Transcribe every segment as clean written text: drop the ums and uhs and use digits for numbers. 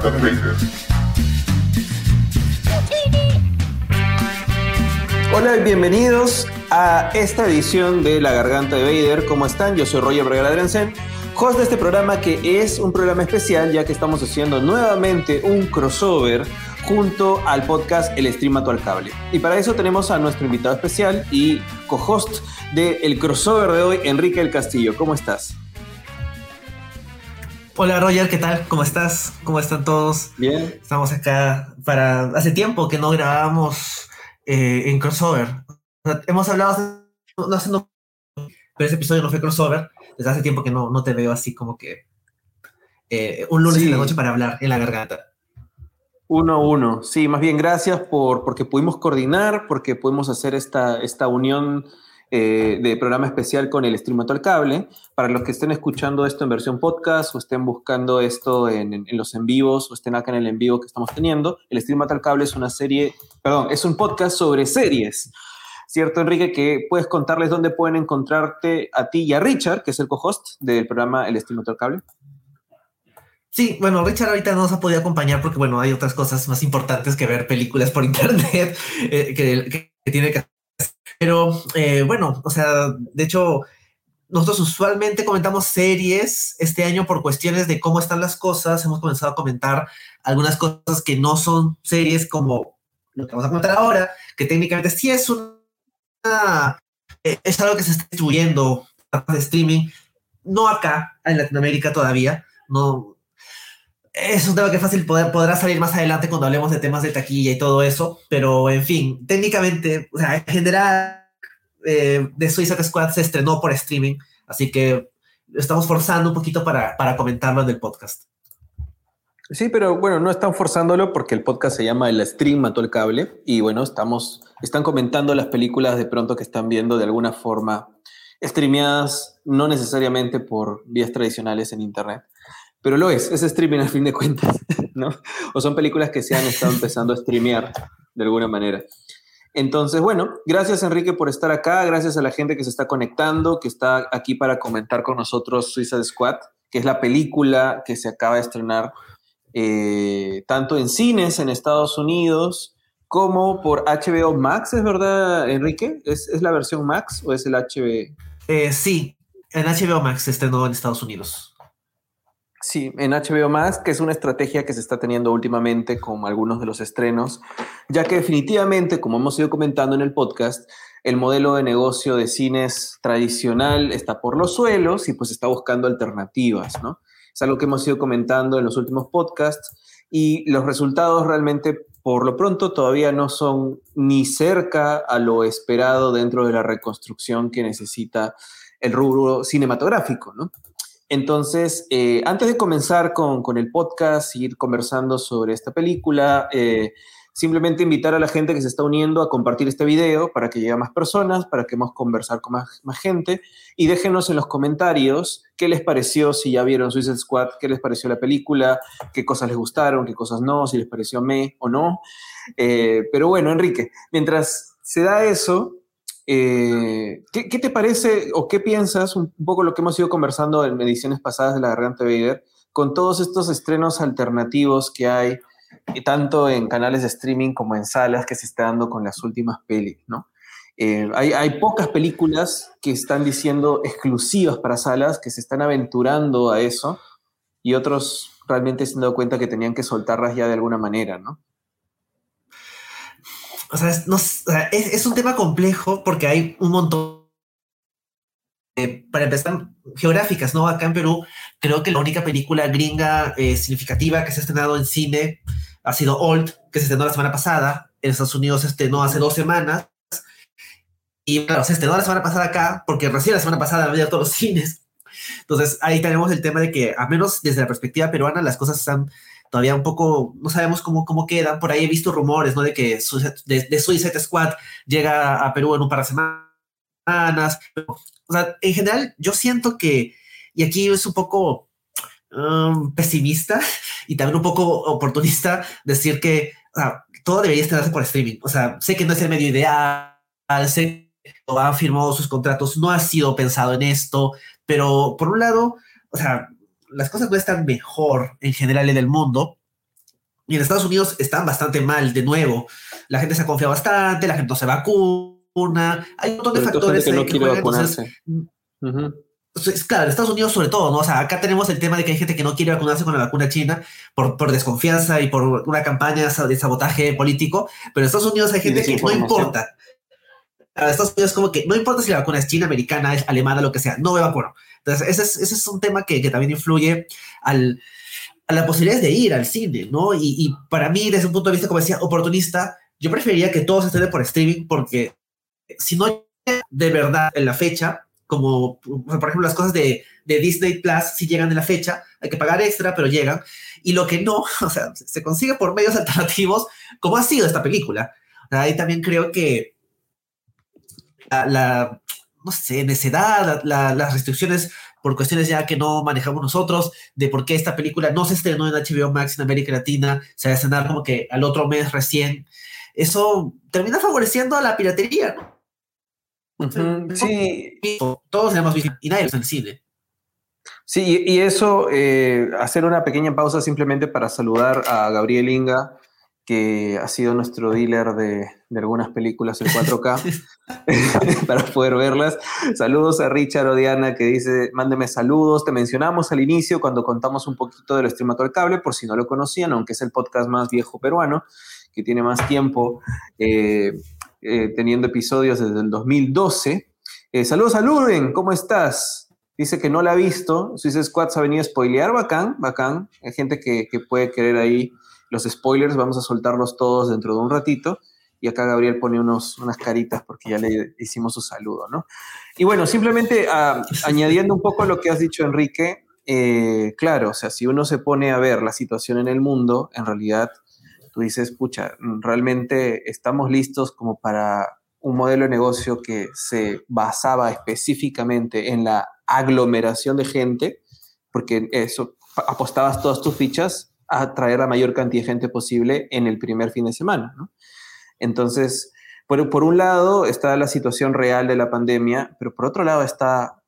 Darth Vader. Hola y bienvenidos a esta edición de La Garganta de Vader. ¿Cómo están? Yo soy Roger Vergara Drensen, host de este programa, que es un programa especial ya que estamos haciendo nuevamente un crossover junto al podcast El Stream Mató al Cable. Y para eso tenemos a nuestro invitado especial y co-host del crossover de hoy, Enrique del Castillo. ¿Cómo estás? Hola Roger, ¿qué tal? ¿Cómo estás? ¿Cómo están todos? Bien. Estamos acá para... Hace tiempo que no grabábamos en crossover. O sea, hemos hablado pero ese episodio no fue crossover. Desde hace tiempo que no te veo así como que un lunes en la noche para hablar en la garganta. 1-1. Sí, más bien gracias porque pudimos coordinar, porque pudimos hacer esta unión de programa especial con el Stream Mató al Cable. Para los que estén escuchando esto en versión podcast o estén buscando esto en los en vivos o estén acá en el en vivo que estamos teniendo, el Stream Mató al Cable es es un podcast sobre series. ¿Cierto, Enrique? Que puedes contarles dónde pueden encontrarte a ti y a Richard, que es el co-host del programa El Stream Mató al Cable. Sí, bueno, Richard ahorita no nos ha podido acompañar porque, bueno, hay otras cosas más importantes que ver películas por internet que tiene que hacer. Pero, bueno, o sea, de hecho, nosotros usualmente comentamos series. Este año, por cuestiones de cómo están las cosas, hemos comenzado a comentar algunas cosas que no son series, como lo que vamos a comentar ahora, que técnicamente sí es es algo que se está distribuyendo de streaming, no acá en Latinoamérica todavía, no. Es un tema que fácil podrá salir más adelante cuando hablemos de temas de taquilla y todo eso, pero en fin, técnicamente, o sea, en general, The Suicide Squad se estrenó por streaming, así que estamos forzando un poquito para comentarlo en el podcast. Sí, pero bueno, no están forzándolo porque el podcast se llama El Stream Mató el Cable y bueno, están comentando las películas de pronto que están viendo de alguna forma streameadas, no necesariamente por vías tradicionales en internet. Pero es streaming al fin de cuentas, ¿no? O son películas que se han estado empezando a streamear de alguna manera. Entonces, bueno, gracias Enrique por estar acá, gracias a la gente que se está conectando, que está aquí para comentar con nosotros Suicide Squad, que es la película que se acaba de estrenar tanto en cines en Estados Unidos como por HBO Max, ¿es verdad, Enrique? ¿Es la versión Max o es el HBO? Sí, en HBO Max se estrenó en Estados Unidos. Sí, en HBO Max, que es una estrategia que se está teniendo últimamente con algunos de los estrenos, ya que definitivamente, como hemos ido comentando en el podcast, el modelo de negocio de cines tradicional está por los suelos y pues está buscando alternativas, ¿no? Es algo que hemos ido comentando en los últimos podcasts y los resultados realmente, por lo pronto, todavía no son ni cerca a lo esperado dentro de la reconstrucción que necesita el rubro cinematográfico, ¿no? Entonces, antes de comenzar con el podcast, ir conversando sobre esta película, simplemente invitar a la gente que se está uniendo a compartir este video para que llegue a más personas, para que podamos conversar con más gente, y déjenos en los comentarios qué les pareció, si ya vieron Suicide Squad, qué les pareció la película, qué cosas les gustaron, qué cosas no, si les pareció meh o no. Pero bueno, Enrique, mientras se da eso, ¿qué te parece o qué piensas, un poco lo que hemos ido conversando en ediciones pasadas de La Garganta de Vader, con todos estos estrenos alternativos que hay, tanto en canales de streaming como en salas, que se está dando con las últimas pelis, ¿no? Hay pocas películas que están diciendo exclusivas para salas, que se están aventurando a eso, y otros realmente se han dado cuenta que tenían que soltarlas ya de alguna manera, ¿no? O sea, es un tema complejo porque hay un montón, para empezar, geográficas, ¿no? Acá en Perú, creo que la única película gringa significativa que se ha estrenado en cine ha sido Old, que se estrenó la semana pasada. En Estados Unidos se estrenó hace 2 semanas. Y claro, se estrenó la semana pasada acá porque recién la semana pasada había todos los cines. Entonces ahí tenemos el tema de que, a menos desde la perspectiva peruana, las cosas están todavía un poco, no sabemos cómo quedan. Por ahí he visto rumores, ¿no? De que de Suicide Squad llega a Perú en un par de semanas. Pero, o sea, en general, yo siento que, y aquí es un poco pesimista y también un poco oportunista decir que, o sea, todo debería estrenarse por streaming. O sea, sé que no es el medio ideal, sé que han firmado sus contratos, no ha sido pensado en esto, pero por un lado, o sea, las cosas no están mejor en general en el mundo, Y en Estados Unidos están bastante mal, de nuevo. La gente se confía bastante, la gente no se vacuna. Hay un montón de Sobre todo gente factores que no que quiere juegan. Entonces, vacunarse. Ujú. claro, en Estados Unidos sobre todo, ¿no? O sea, acá tenemos el tema de que hay gente que no quiere vacunarse con la vacuna china por desconfianza y por una campaña de sabotaje político. Pero en Estados Unidos hay Y gente que no desinformación. importa. A Estados Unidos como que no importa si la vacuna es china, americana, es alemana, lo que sea, no me vacuno. Entonces, ese es un tema que también influye al, a las posibilidades de ir al cine, ¿no? Y para mí, desde un punto de vista, como decía, oportunista, yo preferiría que todo se estrene por streaming porque si no de verdad en la fecha, como por ejemplo las cosas de Disney Plus, si llegan en la fecha, hay que pagar extra, pero llegan. Y lo que no, o sea, se consigue por medios alternativos, como ha sido esta película. O sea, ahí también creo que no sé, necedad, las restricciones por cuestiones ya que no manejamos nosotros, de por qué esta película no se estrenó en HBO Max en América Latina, se va a estrenar como que al otro mes recién. Eso termina favoreciendo a la piratería, Ujú. ¿no? Sí, Todos hemos visto y nadie en el cine. sí, y eso, hacer una pequeña pausa simplemente para saludar a Gabriel Inga, que ha sido nuestro dealer de algunas películas en 4K, para poder verlas. Saludos a Richard Odiana, que dice, mándeme saludos. Te mencionamos al inicio cuando contamos un poquito del Streamato al Cable, por si no lo conocían, aunque es el podcast más viejo peruano, que tiene más tiempo eh, teniendo episodios desde el 2012. Saludos a Luden, ¿cómo estás? Dice que no la ha visto. Suicide Squad se ha venido a spoilear. Bacán, bacán. Hay gente que puede querer ahí los spoilers. Vamos a soltarlos todos dentro de un ratito. Y acá Gabriel pone unas caritas porque ya le hicimos su saludo, ¿no? Y bueno, simplemente añadiendo un poco lo que has dicho, Enrique, claro, o sea, si uno se pone a ver la situación en el mundo, en realidad tú dices, pucha, realmente estamos listos como para un modelo de negocio que se basaba específicamente en la aglomeración de gente, porque eso, apostabas todas tus fichas a traer la mayor cantidad de gente posible en el primer fin de semana, ¿no? Entonces, por un lado está la situación real de la pandemia, pero por otro lado está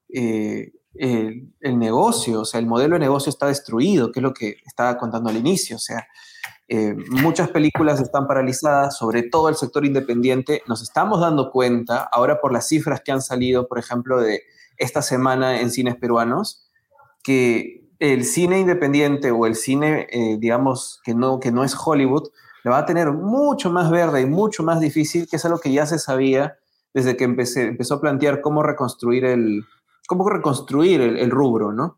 el negocio, o sea, el modelo de negocio está destruido, que es lo que estaba contando al inicio, o sea, muchas películas están paralizadas, sobre todo el sector independiente. Nos estamos dando cuenta, ahora por las cifras que han salido, por ejemplo, de esta semana en cines peruanos, que el cine independiente o el cine, digamos, que no es Hollywood, le va a tener mucho más verde y mucho más difícil, que es algo que ya se sabía desde que empezó a plantear cómo reconstruir el rubro, ¿no?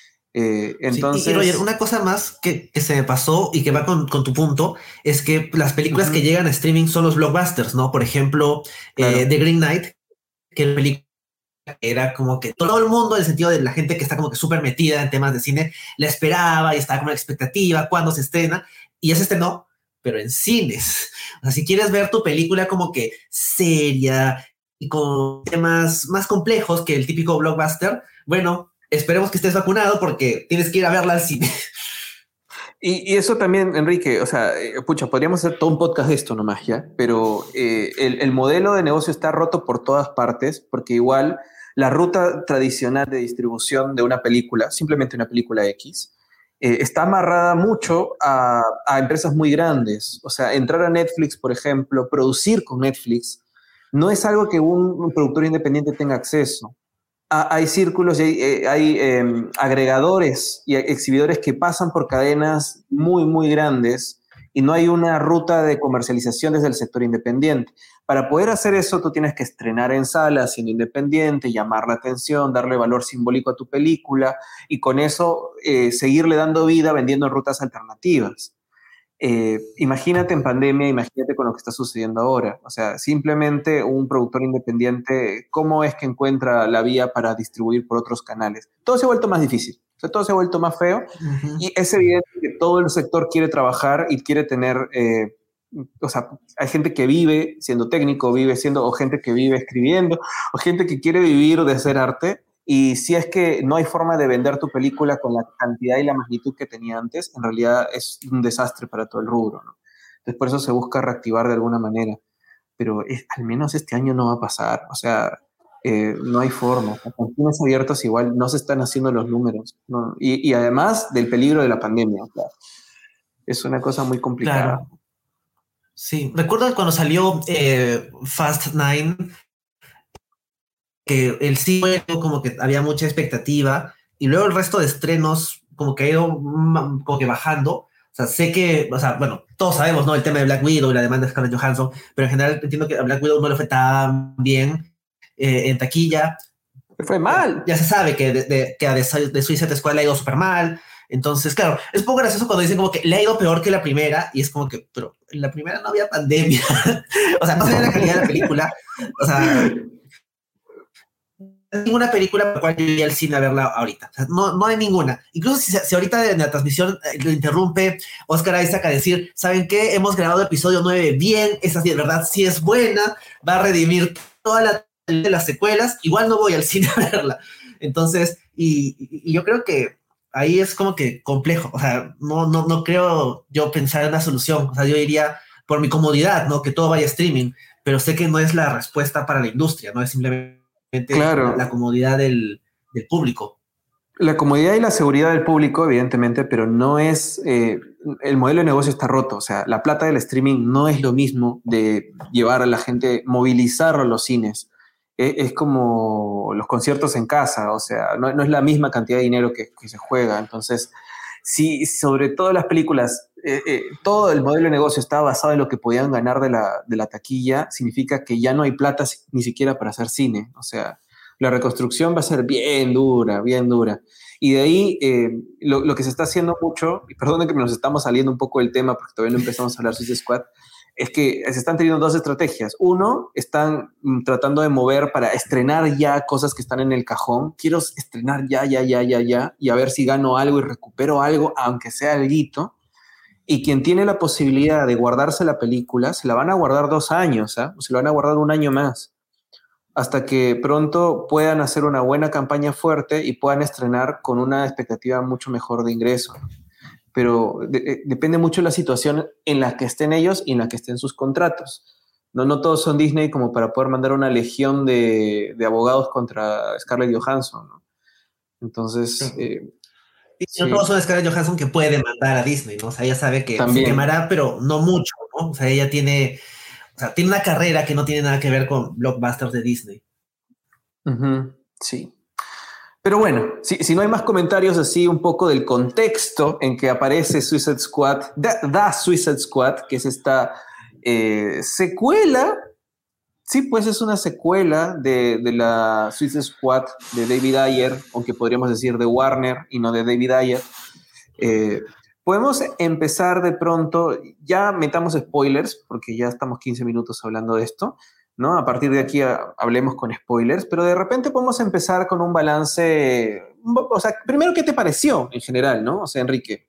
Sí, y Roger, Entonces, una cosa más que se me pasó y que va con tu punto es que las películas que ujú, llegan a streaming son los blockbusters, ¿no? Por ejemplo, claro. The Green Knight, que la película era como que todo el mundo, en el sentido de la gente que está como que súper metida en temas de cine, la esperaba y estaba con una expectativa cuando se estrena, y ya se estrenó, pero en cines. O sea, si quieres ver tu película como que seria y con temas más complejos que el típico blockbuster, bueno, esperemos que estés vacunado porque tienes que ir a verla al cine. Y eso también, Enrique, o sea, pucha, podríamos hacer todo un podcast de esto nomás ya, pero el modelo de negocio está roto por todas partes, porque igual la ruta tradicional de distribución de una película, simplemente una película X, está amarrada mucho a empresas muy grandes. O sea, entrar a Netflix, por ejemplo, producir con Netflix, no es algo que un productor independiente tenga acceso. Hay círculos y hay agregadores y exhibidores que pasan por cadenas muy, muy grandes y no hay una ruta de comercialización desde el sector independiente. Para poder hacer eso, tú tienes que estrenar en sala siendo independiente, llamar la atención, darle valor simbólico a tu película y con eso seguirle dando vida vendiendo en rutas alternativas. Imagínate en pandemia, imagínate con lo que está sucediendo ahora. O sea, simplemente un productor independiente, ¿cómo es que encuentra la vía para distribuir por otros canales? Todo se ha vuelto más difícil, o sea, todo se ha vuelto más feo Ujú. y es evidente que todo el sector quiere trabajar y quiere tener, o sea, hay gente que vive siendo técnico, vive siendo, o gente que vive escribiendo, o gente que quiere vivir de hacer arte. Y si es que no hay forma de vender tu película con la cantidad y la magnitud que tenía antes, en realidad es un desastre para todo el rubro, ¿no? Entonces por eso se busca reactivar de alguna manera. Pero al menos este año no va a pasar. O sea, no hay forma. Con cines abiertos igual no se están haciendo los números, ¿no? Y además del peligro de la pandemia. O sea, Es una cosa muy complicada. Claro. Sí, recuerdo cuando salió Fast 9, que el sí como que había mucha expectativa y luego el resto de estrenos como que ha ido como que bajando. O sea, sé que, o sea, bueno, todos sabemos, ¿no? El tema de Black Widow y la demanda de Scarlett Johansson, pero en general entiendo que a Black Widow no le fue tan bien en taquilla. Fue mal. Ya se sabe que de Suicide Squad le ha ido súper mal. Entonces, claro, es un poco gracioso cuando dicen como que le ha ido peor que la primera y es como que, pero en la primera no había pandemia. O sea, no se ve la calidad de la película. O sea, ninguna película por la cual yo iría al cine a verla ahorita. O sea, no hay ninguna. Incluso si ahorita en la transmisión lo interrumpe Oscar Isaac a decir, ¿saben qué? Hemos grabado el episodio 9 bien, esa sí, de verdad sí es buena, va a redimir toda de las secuelas, igual no voy al cine a verla. Entonces, y yo creo que ahí es como que complejo. O sea, no creo yo pensar en una solución. O sea, yo iría por mi comodidad, ¿no? Que todo vaya a streaming, pero sé que no es la respuesta para la industria, no es simplemente Claro. la comodidad del público. La comodidad y la seguridad del público, evidentemente, pero no es, el modelo de negocio está roto. O sea, la plata del streaming no es lo mismo de llevar a la gente, movilizarlo a los cines. Es como los conciertos en casa, o sea, no es la misma cantidad de dinero que se juega. Entonces, si sobre todo las películas, todo el modelo de negocio estaba basado en lo que podían ganar de la taquilla, significa que ya no hay plata ni siquiera para hacer cine. O sea, la reconstrucción va a ser bien dura, bien dura. Y de ahí lo que se está haciendo mucho, y perdón que nos estamos saliendo un poco del tema porque todavía no empezamos a hablar de Suicide Squad, es que se están teniendo dos estrategias. Uno, están tratando de mover para estrenar ya cosas que están en el cajón. Quiero estrenar ya, y a ver si gano algo y recupero algo, aunque sea alguito. Y quien tiene la posibilidad de guardarse la película, se la van a guardar 2 años, ¿eh? O se la van a guardar 1 año más, hasta que pronto puedan hacer una buena campaña fuerte y puedan estrenar con una expectativa mucho mejor de ingreso. Pero depende mucho de la situación en la que estén ellos y en la que estén sus contratos. No todos son Disney como para poder mandar una legión de abogados contra Scarlett Johansson, ¿no? Entonces, Y no sí, todos son Scarlett Johansson que puede demandar a Disney, ¿no? O sea, ella sabe que se también. quemará, pero no mucho, ¿no? O sea, ella tiene, o sea, tiene una carrera que no tiene nada que ver con blockbusters de Disney. Sí. Pero bueno, si no hay más comentarios así un poco del contexto en que aparece Suicide Squad, The Suicide Squad, que es esta secuela. Sí, pues es una secuela de la Suicide Squad de David Ayer, aunque podríamos decir de Warner y no de David Ayer. Podemos empezar de pronto, ya metamos spoilers, porque ya estamos 15 minutos hablando de esto, ¿no? A partir de aquí hablemos con spoilers, pero de repente podemos empezar con un balance, o sea, primero, ¿qué te pareció en general, no? O sea, Enrique,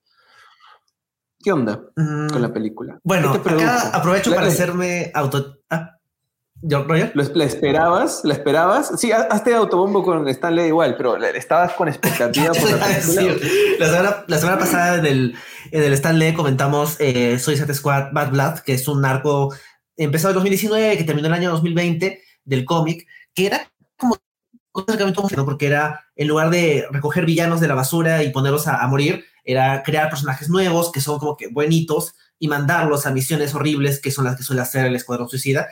¿qué onda con la película? ¿Qué te Bueno, acá produjo? aprovecho para hacerme auto... Ah, ¿yo, Roger? ¿La esperabas? ¿La esperabas? Sí, hazte autobombo con Stanley igual, pero ¿estabas con expectativa por la película? La semana pasada en el Stanley comentamos Suicide Squad Bad Blood, que es un arco empezado en 2019, que terminó el año 2020 del cómic, que era como ¿no? Porque era, en lugar de recoger villanos de la basura y ponerlos a morir, era crear personajes nuevos que son como que buenitos y mandarlos a misiones horribles que son las que suele hacer el Escuadrón Suicida.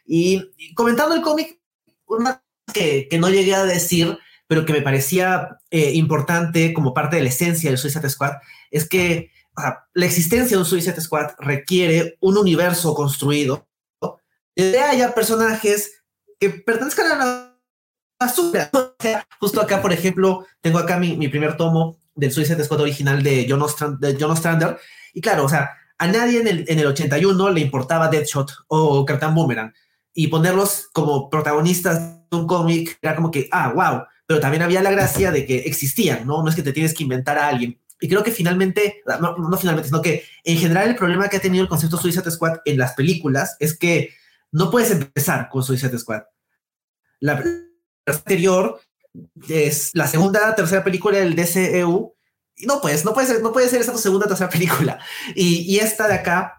Y comentando el cómic, una que no llegué a decir, pero que me parecía importante como parte de la esencia del Suicide Squad, es que o sea, la existencia de un Suicide Squad requiere un universo construido, ¿no? Donde haya personajes que pertenezcan a la basura. O sea, justo acá, por ejemplo, tengo acá mi primer tomo del Suicide Squad original de John Ostrander, y claro, o sea, a nadie en el 81 le importaba Deadshot o Captain Boomerang, y ponerlos como protagonistas de un cómic era como que, wow, pero también había la gracia de que existían, ¿no? No es que te tienes que inventar a alguien. Y creo que finalmente, no finalmente, sino que en general el problema que ha tenido el concepto Suicide Squad en las películas es que no puedes empezar con Suicide Squad. La anterior es la segunda, tercera película del DCEU. Y no, pues, no puede ser esa tu segunda, tercera película. Y esta de acá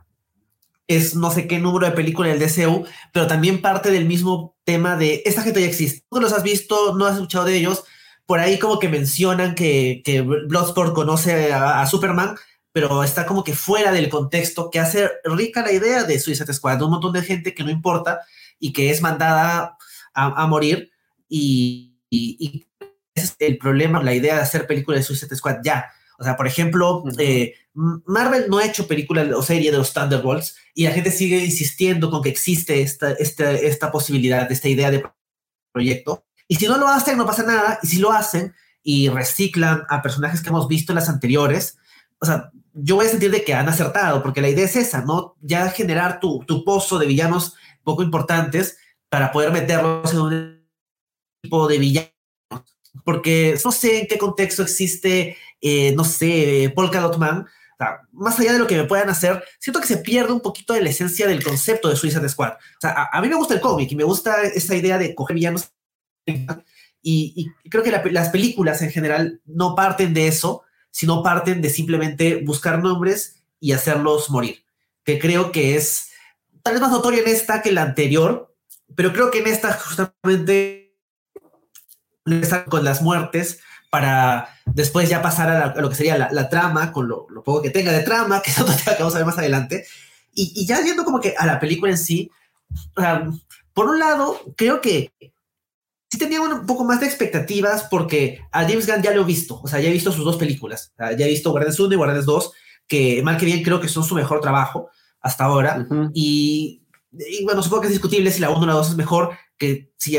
es no sé qué número de película del DCU, pero también parte del mismo tema de esta gente ya existe. Tú los has visto, no has escuchado de ellos. Por ahí como que mencionan que Bloodsport conoce a Superman, pero está como que fuera del contexto, que hace rica la idea de Suicide Squad, un montón de gente que no importa y que es mandada a morir, y ese es el problema, la idea de hacer películas de Suicide Squad ya. O sea, por ejemplo, Marvel no ha hecho película o serie de los Thunderbolts y la gente sigue insistiendo con que existe esta posibilidad, esta idea de proyecto. Y si no lo hacen, no pasa nada. Y si lo hacen y reciclan a personajes que hemos visto en las anteriores, o sea, yo voy a sentir de que han acertado, porque la idea es esa, ¿no? Ya generar tu pozo de villanos poco importantes para poder meterlos en un tipo de villanos. Porque no sé en qué contexto existe, no sé, Polka Dot Man. O sea, más allá de lo que me puedan hacer, siento que se pierde un poquito de la esencia del concepto de Suicide Squad. O sea, a mí me gusta el cómic y me gusta esa idea de coger villanos. Y creo que las películas en general no parten de eso, sino parten de simplemente buscar nombres y hacerlos morir. Que creo que es tal vez más notorio en esta que en la anterior, pero creo que en esta justamente con las muertes para después ya pasar a lo que sería la trama, con lo poco que tenga de trama, que es otro tema que vamos a ver más adelante, y ya yendo como que a la película en sí, por un lado, creo que sí tenía un poco más de expectativas porque a James Gunn ya lo he visto, o sea, ya he visto sus dos películas, ya he visto Guardianes 1 y Guardianes 2, que mal que bien creo que son su mejor trabajo hasta ahora, y bueno, supongo que es discutible si la 1 o la 2 es mejor, que si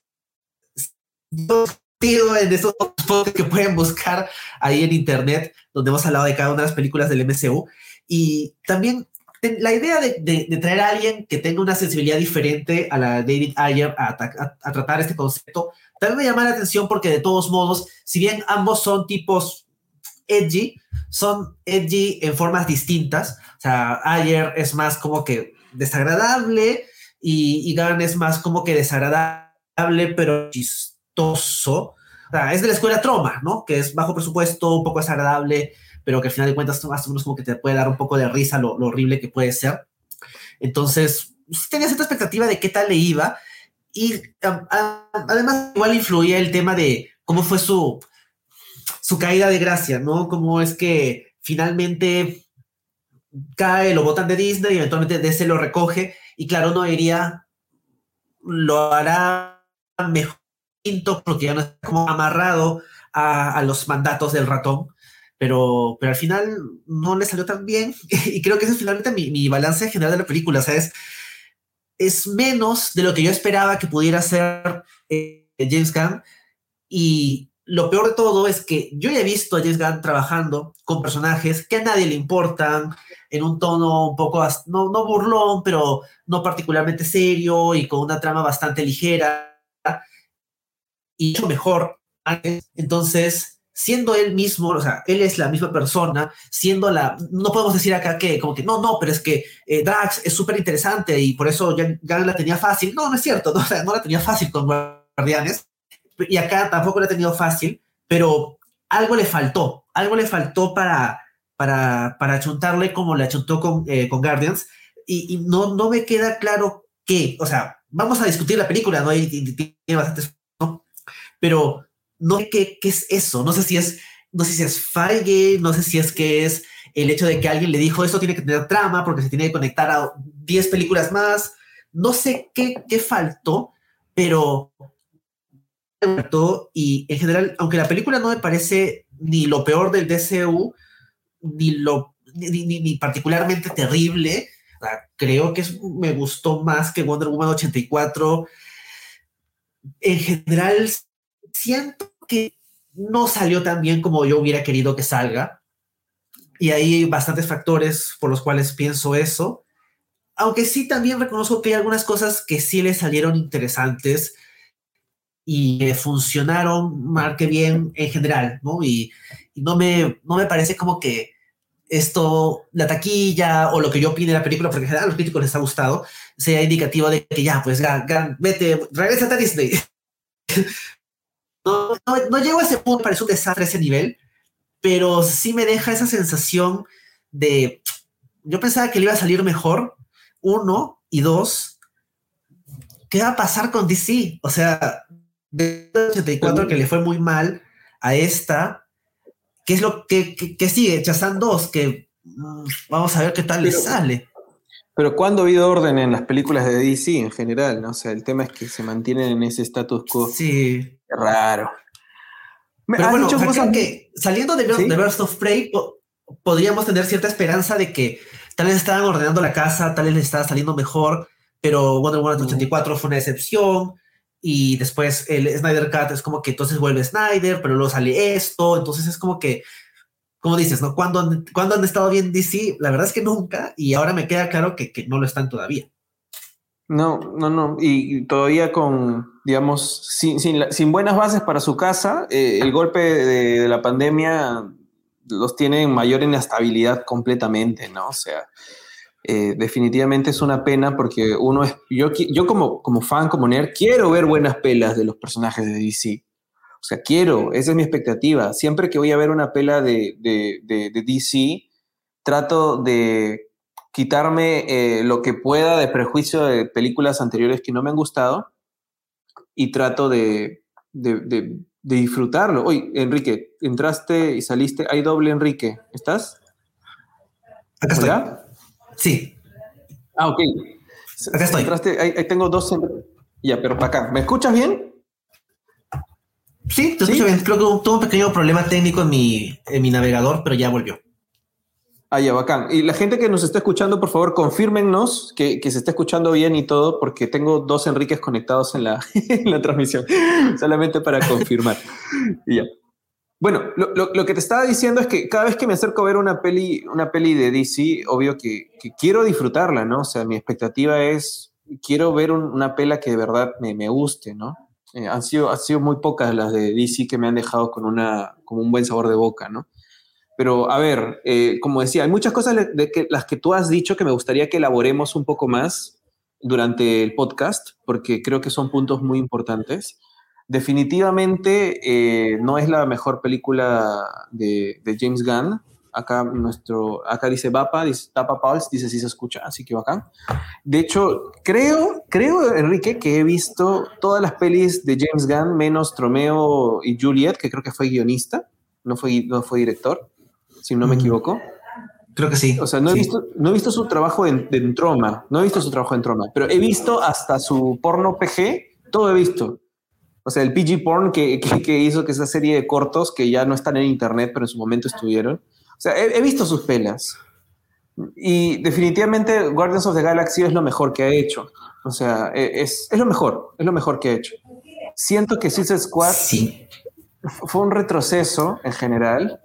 yo digo en esos podcasts que pueden buscar ahí en internet, donde hemos hablado de cada una de las películas del MCU, y también la idea de traer a alguien que tenga una sensibilidad diferente a la de David Ayer a tratar este concepto, también me llama la atención porque de todos modos, si bien ambos son tipos edgy, son edgy en formas distintas. O sea, Ayer es más como que desagradable y Gunn es más como que desagradable, pero chistoso. O sea, es de la escuela Troma, ¿no? Que es bajo presupuesto, un poco desagradable, pero que al final de cuentas más o menos como que te puede dar un poco de risa lo horrible que puede ser. Entonces, sí tenía cierta expectativa de qué tal le iba, y además igual influía el tema de cómo fue su caída de gracia, ¿no? Cómo es que finalmente cae, lo botan de Disney y eventualmente DC lo recoge, y claro, uno diría, lo hará mejor porque ya no está como amarrado a los mandatos del ratón, pero al final no le salió tan bien, y creo que ese es finalmente mi balance general de la película. O sea, es menos de lo que yo esperaba que pudiera ser James Gunn, y lo peor de todo es que yo ya he visto a James Gunn trabajando con personajes que a nadie le importan, en un tono un poco, no burlón, pero no particularmente serio y con una trama bastante ligera, y mucho mejor antes. Entonces, siendo él mismo, o sea, él es la misma persona, no podemos decir acá que como que no, pero es que Drax es súper interesante y por eso Gunn la tenía fácil. No, no es cierto, no, o sea, no la tenía fácil con Guardianes, y acá tampoco lo ha tenido fácil, pero algo le faltó para achuntarle como le achuntó con Guardians, y no me queda claro qué. O sea, vamos a discutir la película, ¿no? Y tiene bastantes, ¿no? Pero no sé qué es eso, no sé si es Feige, no sé si es que es el hecho de que alguien le dijo esto tiene que tener trama porque se tiene que conectar a 10 películas más, no sé qué faltó, pero y en general, aunque la película no me parece ni lo peor del DCU, ni particularmente terrible, creo que me gustó más que Wonder Woman 84. En general, siento que no salió tan bien como yo hubiera querido que salga, y hay bastantes factores por los cuales pienso eso, aunque sí también reconozco que hay algunas cosas que sí le salieron interesantes y funcionaron mal que bien en general, ¿no? Y no me parece como que esto, la taquilla o lo que yo opine de la película, porque en general a los críticos les ha gustado, sea indicativo de que ya, pues, vete, regresa a Disney. No llego a ese punto, parece un desastre a ese nivel, pero sí me deja esa sensación de, yo pensaba que le iba a salir mejor, uno, y dos, ¿qué va a pasar con DC? O sea, de 84 que le fue muy mal a esta, ¿qué es lo que sigue? Shazam 2, que Vamos a ver qué tal le sale. Pero ¿cuándo ha habido orden en las películas de DC en general, ¿no? O sea, el tema es que se mantienen en ese status quo. Sí. Qué raro. Pero Has bueno, o dicho sea, cosas... creo que saliendo de ¿Sí? Birds of Prey, podríamos tener cierta esperanza de que tal vez estaban ordenando la casa, tal vez les estaba saliendo mejor, pero Wonder Woman 84 fue una decepción. Y después el Snyder Cut es como que entonces vuelve Snyder, pero luego sale esto. Entonces es como que, como dices, ¿no? ¿Cuándo han estado bien DC? La verdad es que nunca. Y ahora me queda claro que no lo están todavía. No, no, no. Y todavía con, digamos, sin buenas bases para su casa, el golpe de la pandemia los tiene en mayor inestabilidad completamente, ¿no? O sea, definitivamente es una pena porque uno es, yo como fan, como nerd, quiero ver buenas pelas de los personajes de DC. O sea, esa es mi expectativa. Siempre que voy a ver una pela de DC, trato de quitarme lo que pueda de prejuicio de películas anteriores que no me han gustado y trato de disfrutarlo. Oye, Enrique, entraste y saliste. Hay doble Enrique. ¿Estás? Acá estoy. ¿Hola? Sí, Ah, ok. acá estoy. Entraste, ahí tengo dos. Ya, pero para acá. ¿Me escuchas bien? Sí, te escucho bien. ¿Sí? Creo que tuve un pequeño problema técnico en mi navegador, pero ya volvió. Ah, ya, bacán. Y la gente que nos está escuchando, por favor, confírmennos que se está escuchando bien y todo, porque tengo dos Enriques conectados en la, en la transmisión, solamente para confirmar. Y ya. Bueno, lo que te estaba diciendo es que cada vez que me acerco a ver una peli de DC, obvio que quiero disfrutarla, ¿no? O sea, mi expectativa es, quiero ver una pela que de verdad me guste, ¿no? Han sido muy pocas las de DC que me han dejado con un buen sabor de boca, ¿no? Pero a ver, como decía, hay muchas cosas las que tú has dicho que me gustaría que elaboremos un poco más durante el podcast, porque creo que son puntos muy importantes. Definitivamente no es la mejor película de James Gunn. Acá dice Tapa Pulse, dice si se escucha, así que bacán. De hecho, creo, Enrique, que he visto todas las pelis de James Gunn, menos Tromeo y Juliet, que creo que fue guionista, no fue director, si no me equivoco. Creo que O sí, sea, sí. no he visto su trabajo en Troma, no he visto su trabajo en Troma, pero he visto hasta su porno PG, todo he visto. O sea, el PG porn que hizo que esa serie de cortos que ya no están en internet, pero en su momento estuvieron. O sea, he visto sus pelas. Y definitivamente Guardians of the Galaxy es lo mejor que ha hecho. O sea, es lo mejor que ha hecho. Siento que Suicide Squad Sí. fue un retroceso en general.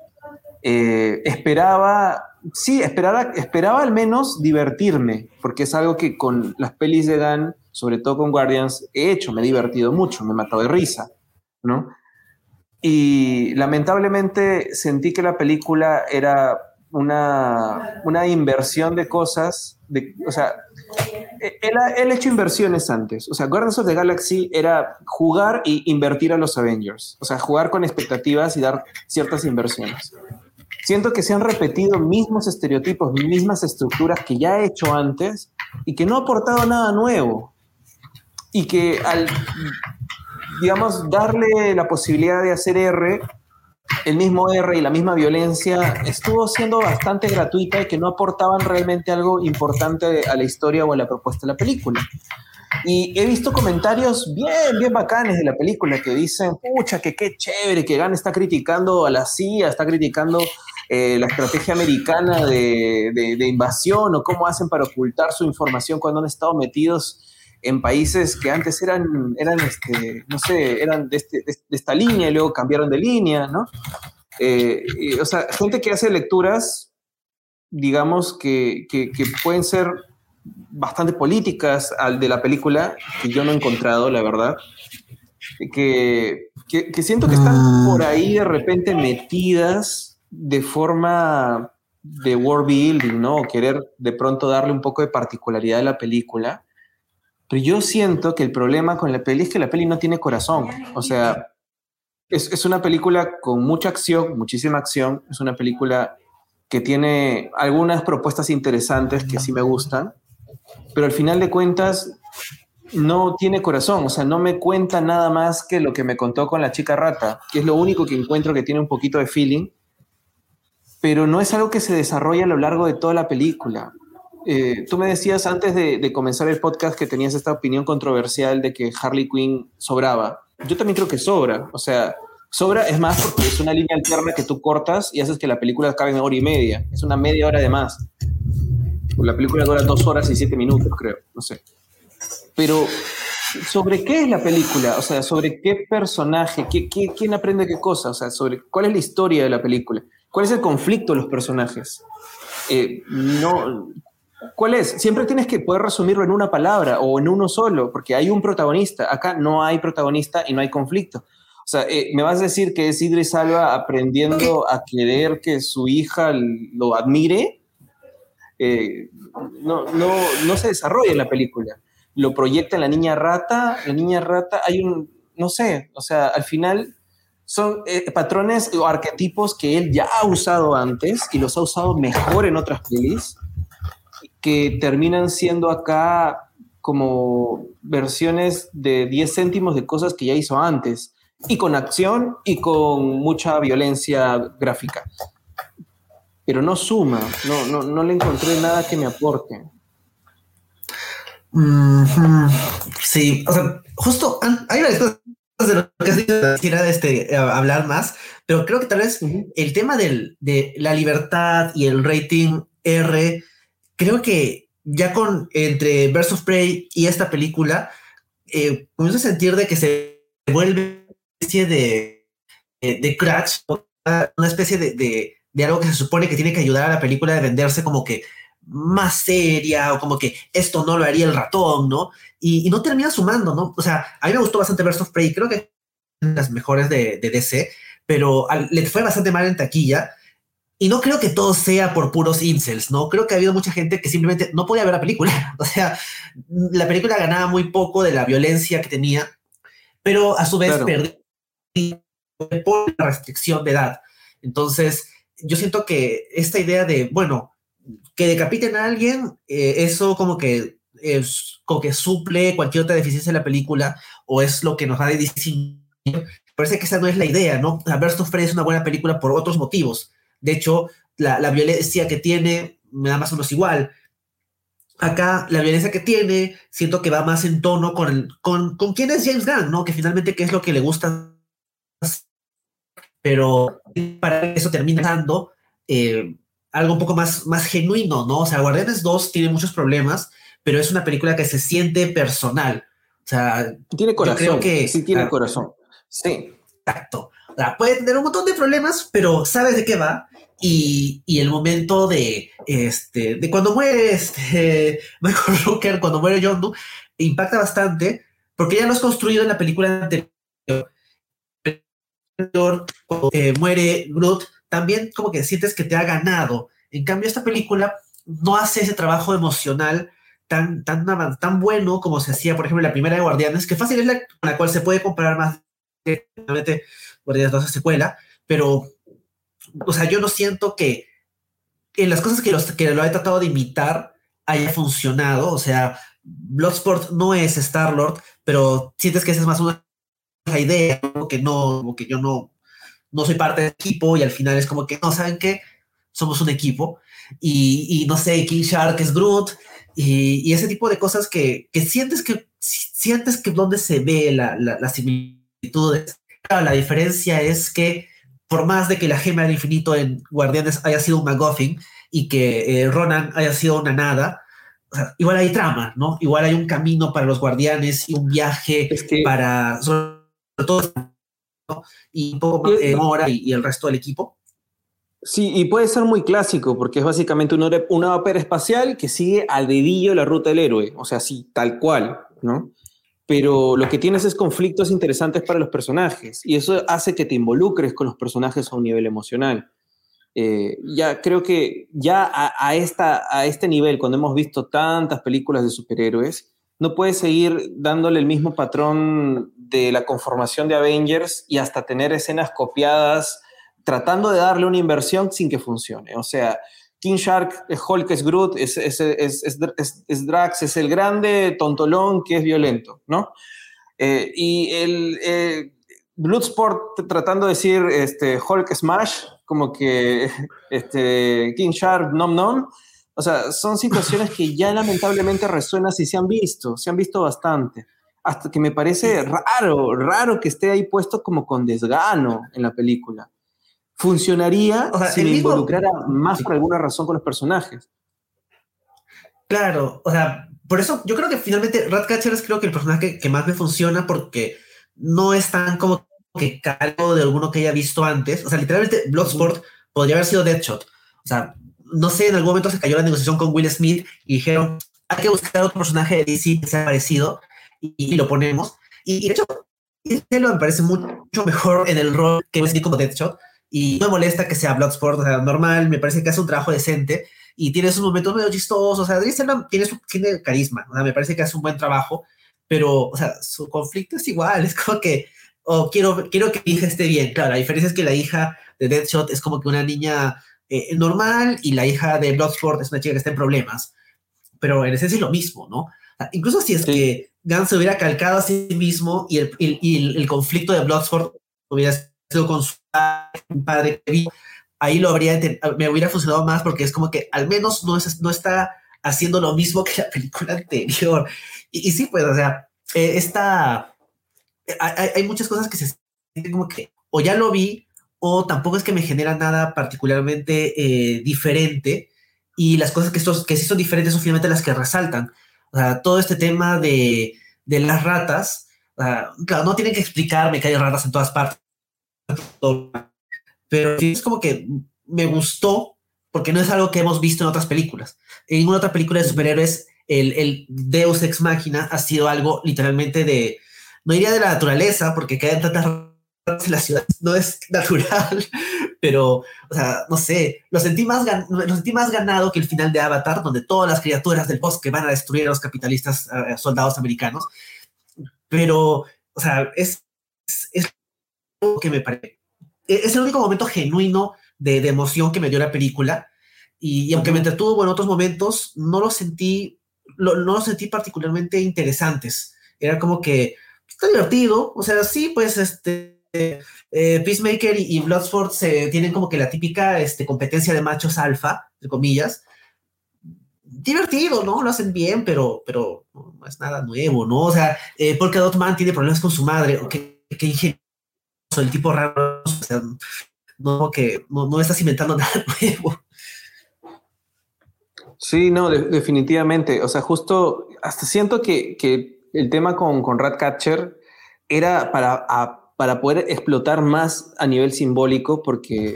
Esperaba, sí, esperaba al menos divertirme, porque es algo que con las pelis de Gunn, sobre todo con Guardians, he hecho, me he divertido mucho, me he matado de risa, ¿no? Y lamentablemente sentí que la película era una inversión de cosas, o sea, él ha hecho inversiones antes. O sea, Guardians of the Galaxy era jugar e invertir a los Avengers. O sea, jugar con expectativas y dar ciertas inversiones. Siento que se han repetido mismos estereotipos, mismas estructuras que ya he hecho antes y que no ha aportado nada nuevo. Y que al, digamos, darle la posibilidad de hacer el mismo R y la misma violencia estuvo siendo bastante gratuita y que no aportaban realmente algo importante a la historia o a la propuesta de la película. Y he visto comentarios bien bacanes de la película que dicen, pucha, que qué chévere, que Gunn está criticando a la CIA, está criticando la estrategia americana de invasión o cómo hacen para ocultar su información cuando han estado metidos en países que antes no sé, eran de esta línea y luego cambiaron de línea, ¿no? O sea, gente que hace lecturas, digamos, que pueden ser bastante políticas de la película, que yo no he encontrado, la verdad, que siento que están por ahí de repente metidas de forma de world building, ¿no? O querer de pronto darle un poco de particularidad a la película. Pero yo siento que el problema con la peli es que la peli no tiene corazón. O sea, es una película con mucha acción, muchísima acción. Es una película que tiene algunas propuestas interesantes que sí me gustan, pero al final de cuentas no tiene corazón. O sea, no me cuenta nada más que lo que me contó con la chica rata, que es lo único que encuentro que tiene un poquito de feeling. pero no es algo que se desarrolla a lo largo de toda la película. Tú me decías antes de comenzar el podcast que tenías esta opinión controversial de que Harley Quinn sobraba. Yo también creo que sobra. O sea, sobra es más porque es una línea alterna que tú cortas y haces que la película acabe en hora y media. Es una media hora de más. La película dura 2 horas y 7 minutos, creo. No sé. Pero, ¿sobre qué es la película? O sea, ¿sobre qué personaje? ¿Quién aprende qué cosa? O sea, sobre cuál es la historia de la película. ¿Cuál es el conflicto de los personajes? No, ¿cuál es? Siempre tienes que poder resumirlo en una palabra o en uno solo, porque hay un protagonista. Acá no hay protagonista y no hay conflicto. O sea, ¿me vas a decir que es Idris Elba aprendiendo a querer que su hija lo admire? No se desarrolla en la película. Lo proyecta en la niña rata, no sé, o sea, al final son patrones o arquetipos que él ya ha usado antes y los ha usado mejor en otras pelis, que terminan siendo acá como versiones de 10 céntimos de cosas que ya hizo antes, y con acción y con mucha violencia gráfica. Pero no suma, no le encontré nada que me aporte. Sí, o sea, justo hay varias cosas de lo que has dicho, quisiera hablar más, pero creo que tal vez el tema de la libertad y el rating R, creo que ya entre Birds of Prey y esta película, comienzo a sentir de que se vuelve una especie de crutch, una especie de algo que se supone que tiene que ayudar a la película de venderse como que más seria, o como que esto no lo haría el ratón, ¿no? Y no termina sumando, ¿no? O sea, a mí me gustó bastante Birds of Prey, creo que es una de las mejores de DC, pero le fue bastante mal en taquilla, y no creo que todo sea por puros incels, ¿no? Creo que ha habido mucha gente que simplemente no podía ver la película. O sea, la película ganaba muy poco de la violencia que tenía, pero a su vez perdía por la restricción de edad. Entonces, yo siento que esta idea de, bueno, que decapiten a alguien, eso como que suple cualquier otra deficiencia de la película, o es lo que nos va a decir. Parece que esa no es la idea, ¿no? Birds of Prey es una buena película por otros motivos. De hecho, la violencia que tiene me da más o menos igual. Acá, la violencia que tiene, siento que va más en tono con quién es James Gunn, ¿no? Que finalmente qué es lo que le gusta, pero para eso termina dando algo un poco más genuino, ¿no? O sea, Guardianes 2 tiene muchos problemas, pero es una película que se siente personal. O sea, tiene corazón, yo creo que... sí tiene corazón. Sí. Exacto. O sea, puede tener un montón de problemas, pero sabes de qué va. Y el momento de cuando muere Michael Rooker, cuando muere John Doe, impacta bastante, porque ya lo has construido en la película anterior. Cuando muere Groot, también como que sientes que te ha ganado. En cambio, esta película no hace ese trabajo emocional tan bueno como se hacía, por ejemplo, en la primera de Guardianes, que fácil es la cual se puede comparar más directamente Guardianes 2 a secuela, pero, o sea, yo no siento que en las cosas que lo he tratado de imitar haya funcionado. O sea, Bloodsport no es Star-Lord, pero sientes que esa es más una idea, ¿no? Como que yo no soy parte del equipo, y al final es como que, no, ¿saben qué? Somos un equipo, y no sé, King Shark es Groot, y ese tipo de cosas que sientes que donde se ve la similitud. Claro, la diferencia es que por más de que la gema del infinito en Guardianes haya sido un MacGuffin y que Ronan haya sido una nada, o sea, igual hay trama, ¿no? Igual hay un camino para los Guardianes y un viaje para, sobre todo, ¿no? Y un poco más Mora y el resto del equipo. Sí, y puede ser muy clásico, porque es básicamente una ópera espacial que sigue al dedillo la ruta del héroe, o sea, sí, tal cual, ¿no? Pero lo que tienes es conflictos interesantes para los personajes, y eso hace que te involucres con los personajes a un nivel emocional. Ya creo que ya a este nivel, cuando hemos visto tantas películas de superhéroes, no puedes seguir dándole el mismo patrón de la conformación de Avengers y hasta tener escenas copiadas, tratando de darle una inversión sin que funcione. O sea, King Shark, Hulk es Groot, es Drax, es el grande tontolón que es violento, ¿no? Y el Bloodsport tratando de decir Hulk Smash, como que King Shark, nom nom. O sea, son situaciones que ya lamentablemente resuenan si se han visto bastante. Hasta que me parece raro que esté ahí puesto como con desgano en la película. Funcionaría O sea, si el me mismo... involucrara más Sí, por alguna razón con los personajes. claro, o sea, por eso yo creo que finalmente Ratcatcher es creo que el personaje que más me funciona porque no es tan como que cargo de alguno que haya visto antes. O sea, literalmente Ujú. Bloodsport podría haber sido Deadshot. O sea, no sé, en algún momento se cayó la negociación con Will Smith y dijeron, hay que buscar otro personaje de DC que sea parecido y lo ponemos. Y de hecho, lo me parece mucho mejor en el rol que Will Smith como Deadshot. Y no me molesta que sea Bloodsport, o sea, normal, me parece que hace un trabajo decente y tiene sus momentos medio chistosos. O sea, Idris Elba tiene carisma, o sea, me parece que hace un buen trabajo, pero, o sea, su conflicto es igual, es como que, oh, quiero que mi hija esté bien. Claro, la diferencia es que la hija de Deadshot es como que una niña normal y la hija de Bloodsport es una chica que está en problemas, pero en esencia es lo mismo, ¿no? O sea, incluso si es Sí, que Gunn se hubiera calcado a sí mismo y el conflicto de Bloodsport hubiera sido con su padre que vivo, ahí me hubiera funcionado más porque es como que al menos no está haciendo lo mismo que la película anterior. Y sí, pues, o sea, hay muchas cosas que se sienten como que o ya lo vi o tampoco es que me genera nada particularmente diferente y las cosas que sí son diferentes son finalmente las que resaltan. O sea, todo este tema de las ratas, claro, no tienen que explicarme que hay ratas en todas partes, pero sí es como que me gustó porque no es algo que hemos visto en otras películas. En ninguna otra película de ujú. superhéroes el Deus Ex Machina ha sido algo literalmente no diría de la naturaleza, porque quedan tantas ratas en la ciudad, no es natural, pero, o sea, no sé, lo sentí más ganado que el final de Avatar, donde todas las criaturas del bosque van a destruir a los capitalistas soldados americanos, pero, o sea, es lo que me parece. Es el único momento genuino de emoción que me dio la película, y aunque me Ujú. entretuvo en otros momentos, no lo sentí particularmente interesantes. Era como que está divertido, o sea, sí, pues Peacemaker y Bloodsport tienen como que la típica competencia de machos alfa, entre comillas. Divertido, ¿no? Lo hacen bien, pero no es nada nuevo, ¿no? O sea, Polka Dot Man tiene problemas con su madre, que ingenioso, el tipo raro, o sea, no estás inventando nada nuevo. Sí, no, definitivamente. O sea, justo hasta siento que el tema con Ratcatcher era para poder explotar más a nivel simbólico, porque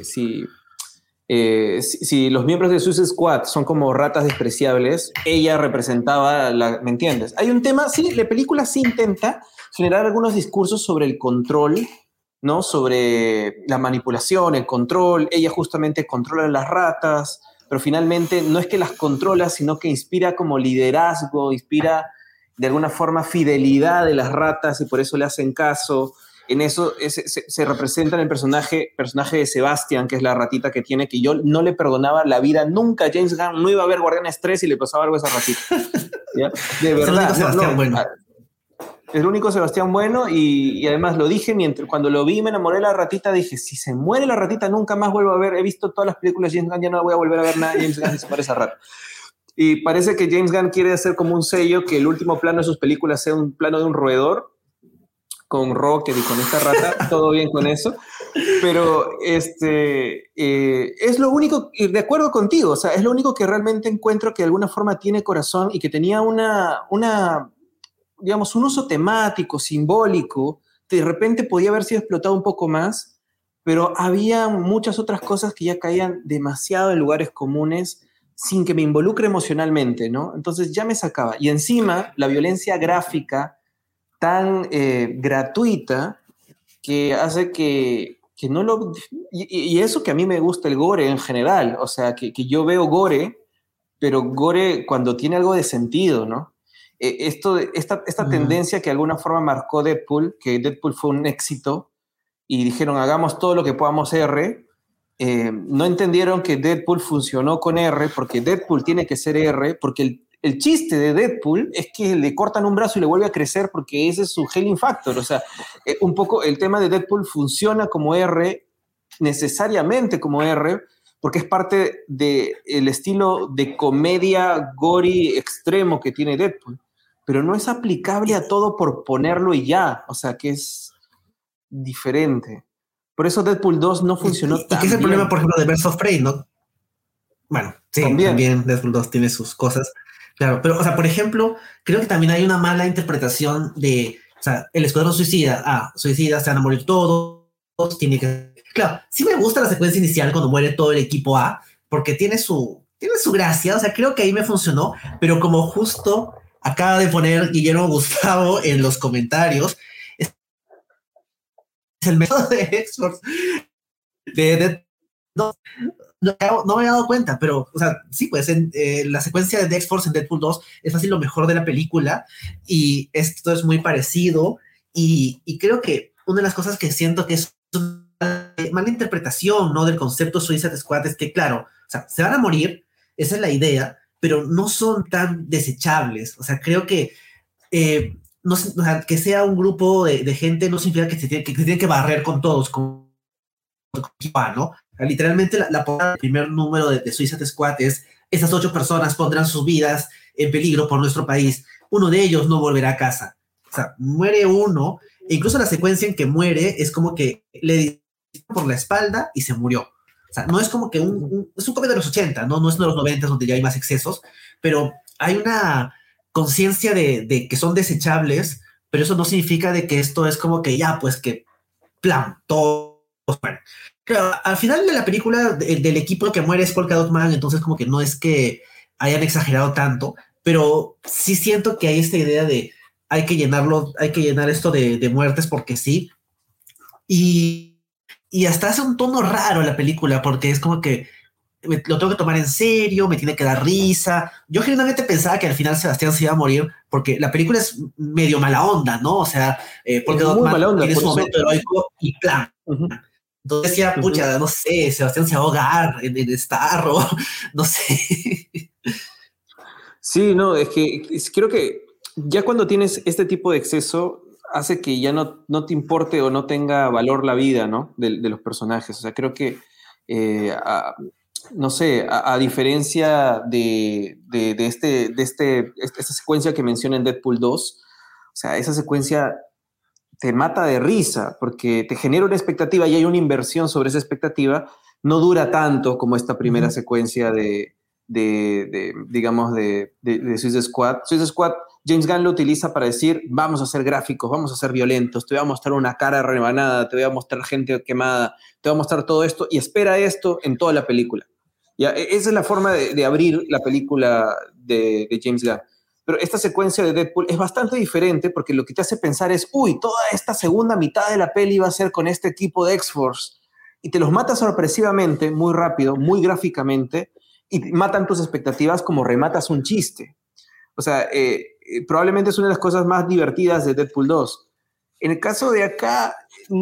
si los miembros de Suicide Squad son como ratas despreciables, ella representaba ¿me entiendes? Hay un tema, sí, la película sí intenta generar algunos discursos sobre el control, ¿no? Sobre la manipulación, el control, ella justamente controla las ratas, pero finalmente no es que las controla, sino que inspira como liderazgo, inspira de alguna forma fidelidad de las ratas y por eso le hacen caso. En eso se representa en el personaje de Sebastian, que es la ratita que tiene, que yo no le perdonaba la vida nunca. James Gunn no iba a ver Guardianes 3 y le pasaba algo a esa ratita. ¿Ya? De Es el único verdad, no, Sebastián no. bueno. El único Sebastián Bueno y además lo dije cuando lo vi y me enamoré de la ratita, dije, si se muere la ratita nunca más vuelvo a ver, he visto todas las películas de James Gunn, ya no voy a volver a ver nada de James Gunn si se muere esa rata. Y parece que James Gunn quiere hacer como un sello que el último plano de sus películas sea un plano de un roedor con Rocket y con esta rata, todo bien con eso, pero es lo único, y de acuerdo contigo, o sea, es lo único que realmente encuentro que de alguna forma tiene corazón y que tenía digamos, un uso temático, simbólico, de repente podía haber sido explotado un poco más, pero había muchas otras cosas que ya caían demasiado en lugares comunes sin que me involucre emocionalmente, ¿no? Entonces ya me sacaba. Y encima, la violencia gráfica tan gratuita que hace que no lo... Y eso que a mí me gusta el gore en general, o sea, que yo veo gore, pero gore cuando tiene algo de sentido, ¿no? Esta Mm. tendencia que de alguna forma marcó Deadpool, que Deadpool fue un éxito, y dijeron hagamos todo lo que podamos R, no entendieron que Deadpool funcionó con R, porque Deadpool tiene que ser R, porque el chiste de Deadpool es que le cortan un brazo y le vuelve a crecer porque ese es su healing factor, o sea, un poco el tema de Deadpool funciona como R necesariamente como R, porque es parte del estilo de comedia gory extremo que tiene Deadpool, pero no es aplicable a todo por ponerlo y ya, o sea, que es diferente. Por eso Deadpool 2 no funcionó Y que es tan el problema, bien. por ejemplo, de Birds of Prey, ¿no? Bueno, sí, También. también Deadpool 2 tiene sus cosas. Claro, pero, o sea, por ejemplo, creo que también hay una mala interpretación de, o sea, el Escuadrón Suicida, suicida, se van a morir todos, tiene que... Claro, sí me gusta la secuencia inicial cuando muere todo el equipo A, porque tiene su gracia, o sea, creo que ahí me funcionó, pero como justo acaba de poner Guillermo Gustavo en los comentarios, es el método de X-Force de no me he dado cuenta, pero, o sea, sí, pues la secuencia de X-Force en Deadpool 2 es fácil lo mejor de la película y esto es muy parecido y creo que una de las cosas que siento que es una mala interpretación, ¿no? Del concepto Suicide Squad es que, claro, o sea, se van a morir, esa es la idea, pero no son tan desechables, o sea, creo que no, o sea, que sea un grupo de gente no significa que se tiene que barrer con todos, ¿no? Literalmente la portada del primer número de Suicide Squad es: esas 8 personas pondrán sus vidas en peligro por nuestro país. Uno de ellos no volverá a casa. O sea, muere uno, e incluso la secuencia en que muere es como que le disparan por la espalda y se murió. O sea, no es como que es un cómic de los 80, ¿no? No es de los 90 donde ya hay más excesos, pero hay una conciencia de que son desechables, pero eso no significa de que esto es como que ya, pues que plan, todos mueren. Claro, al final de la película, del equipo que muere es Polka Dot Man, entonces como que no es que hayan exagerado tanto, pero sí siento que hay esta idea de hay que llenar esto de muertes porque sí, y, y hasta hace un tono raro la película, porque es como que lo tengo que tomar en serio, me tiene que dar risa. Yo genuinamente pensaba que al final Sebastián se iba a morir, porque la película es medio mala onda, ¿no? O sea, Es Polka Dot muy Man mala onda, tiene por su eso. momento heroico y plan. Ujú, Entonces decía, ujú. pucha, no sé, Sebastián se va a ahogar en Starro, no sé. Sí, no, es que creo que ya cuando tienes este tipo de exceso, hace que ya no te importe o no tenga valor la vida, ¿no? De los personajes. O sea, creo que, eh, a- no sé, a diferencia esta secuencia que menciona en Deadpool 2, o sea, esa secuencia te mata de risa porque te genera una expectativa y hay una inversión sobre esa expectativa, no dura tanto como esta primera Ujú. secuencia digamos, de Suicide Squad. Suicide Squad, James Gunn lo utiliza para decir, vamos a hacer gráficos, vamos a ser violentos, te voy a mostrar una cara rebanada, te voy a mostrar gente quemada, te voy a mostrar todo esto y espera esto en toda la película. Ya, esa es la forma de abrir la película de James Gunn. Pero esta secuencia de Deadpool es bastante diferente porque lo que te hace pensar es, uy, toda esta segunda mitad de la peli va a ser con este equipo de X-Force. Y te los mata sorpresivamente, muy rápido, muy gráficamente, y matan tus expectativas como rematas un chiste. O sea, probablemente es una de las cosas más divertidas de Deadpool 2. En el caso de acá,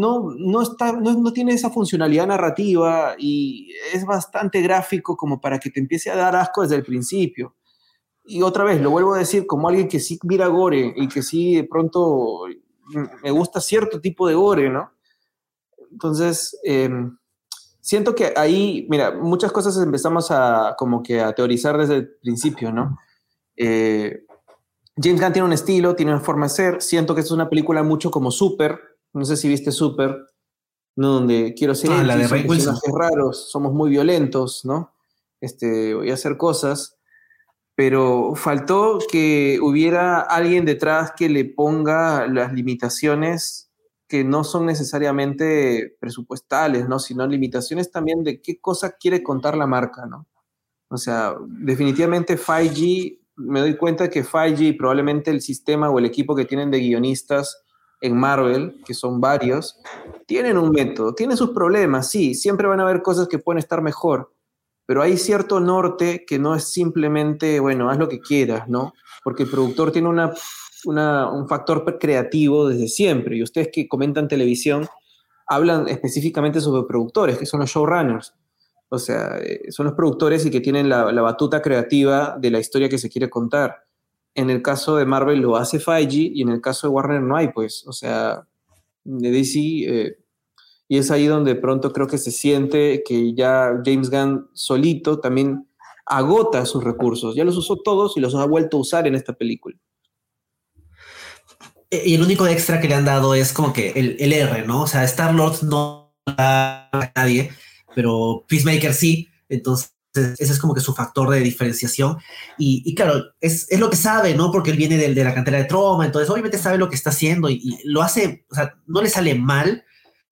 no tiene esa funcionalidad narrativa y es bastante gráfico como para que te empiece a dar asco desde el principio. Y otra vez, lo vuelvo a decir como alguien que sí mira gore y que sí de pronto me gusta cierto tipo de gore, ¿no? Entonces, siento que ahí, mira, muchas cosas empezamos a como que a teorizar desde el principio, ¿no? Eh, James Gunn tiene un estilo, tiene una forma de ser. Siento que es una película mucho como Super. No sé si viste Super, ¿no? Donde quiero ser La edgy, de son Ray Wilson. personajes raros, somos muy violentos, ¿no? Voy a hacer cosas, pero faltó que hubiera alguien detrás que le ponga las limitaciones que no son necesariamente presupuestales, ¿no? Sino limitaciones también de qué cosa quiere contar la marca, ¿no? O sea, definitivamente 5G, me doy cuenta que 5G, probablemente el sistema o el equipo que tienen de guionistas en Marvel, que son varios, tienen un método, tienen sus problemas, sí, siempre van a haber cosas que pueden estar mejor, pero hay cierto norte que no es simplemente, bueno, haz lo que quieras, ¿no? Porque el productor tiene un factor creativo desde siempre, y ustedes que comentan televisión hablan específicamente sobre productores, que son los showrunners. O sea, son los productores y que tienen la batuta creativa de la historia que se quiere contar. En el caso de Marvel lo hace Feige y en el caso de Warner no hay, pues. O sea, de DC Y es ahí donde pronto creo que se siente que ya James Gunn solito también agota sus recursos. Ya los usó todos y los ha vuelto a usar en esta película. Y el único extra que le han dado es como que el R, ¿no? O sea, Star-Lord no da a nadie, pero Peacemaker sí. Entonces, ese es como que su factor de diferenciación. Y claro, es lo que sabe, ¿no? Porque él viene de la cantera de Troma, entonces obviamente sabe lo que está haciendo y lo hace, o sea, no le sale mal.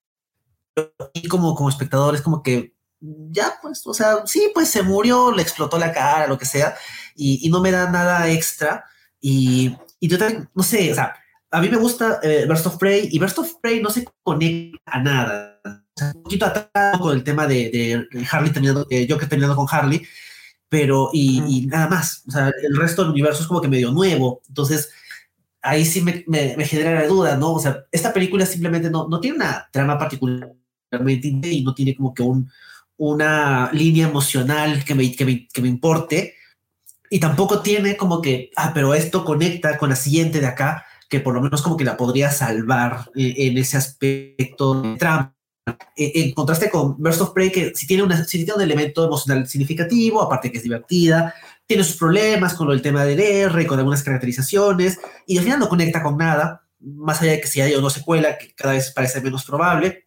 Y como espectador es como que ya, pues, o sea, sí, pues se murió, le explotó la cara, lo que sea, y no me da nada extra. Y yo también, no sé, o sea, a mí me gusta Birds of Prey, y Birds of Prey no se conecta a nada. O sea, un poquito atrás con el tema de Harley terminando, Joker terminando con Harley, pero y nada más. O sea, el resto del universo es como que medio nuevo. Entonces, ahí sí me genera la duda, ¿no? O sea, esta película simplemente no tiene una trama particularmente y no tiene como que una línea emocional que me importe, y tampoco tiene como que, pero esto conecta con la siguiente de acá, que por lo menos como que la podría salvar en ese aspecto de trama. En contraste con Birds of Prey, que sí tiene un elemento emocional significativo, aparte que es divertida, tiene sus problemas con lo del tema del R, con algunas caracterizaciones, y al final no conecta con nada, más allá de que si hay o no secuela, que cada vez parece menos probable.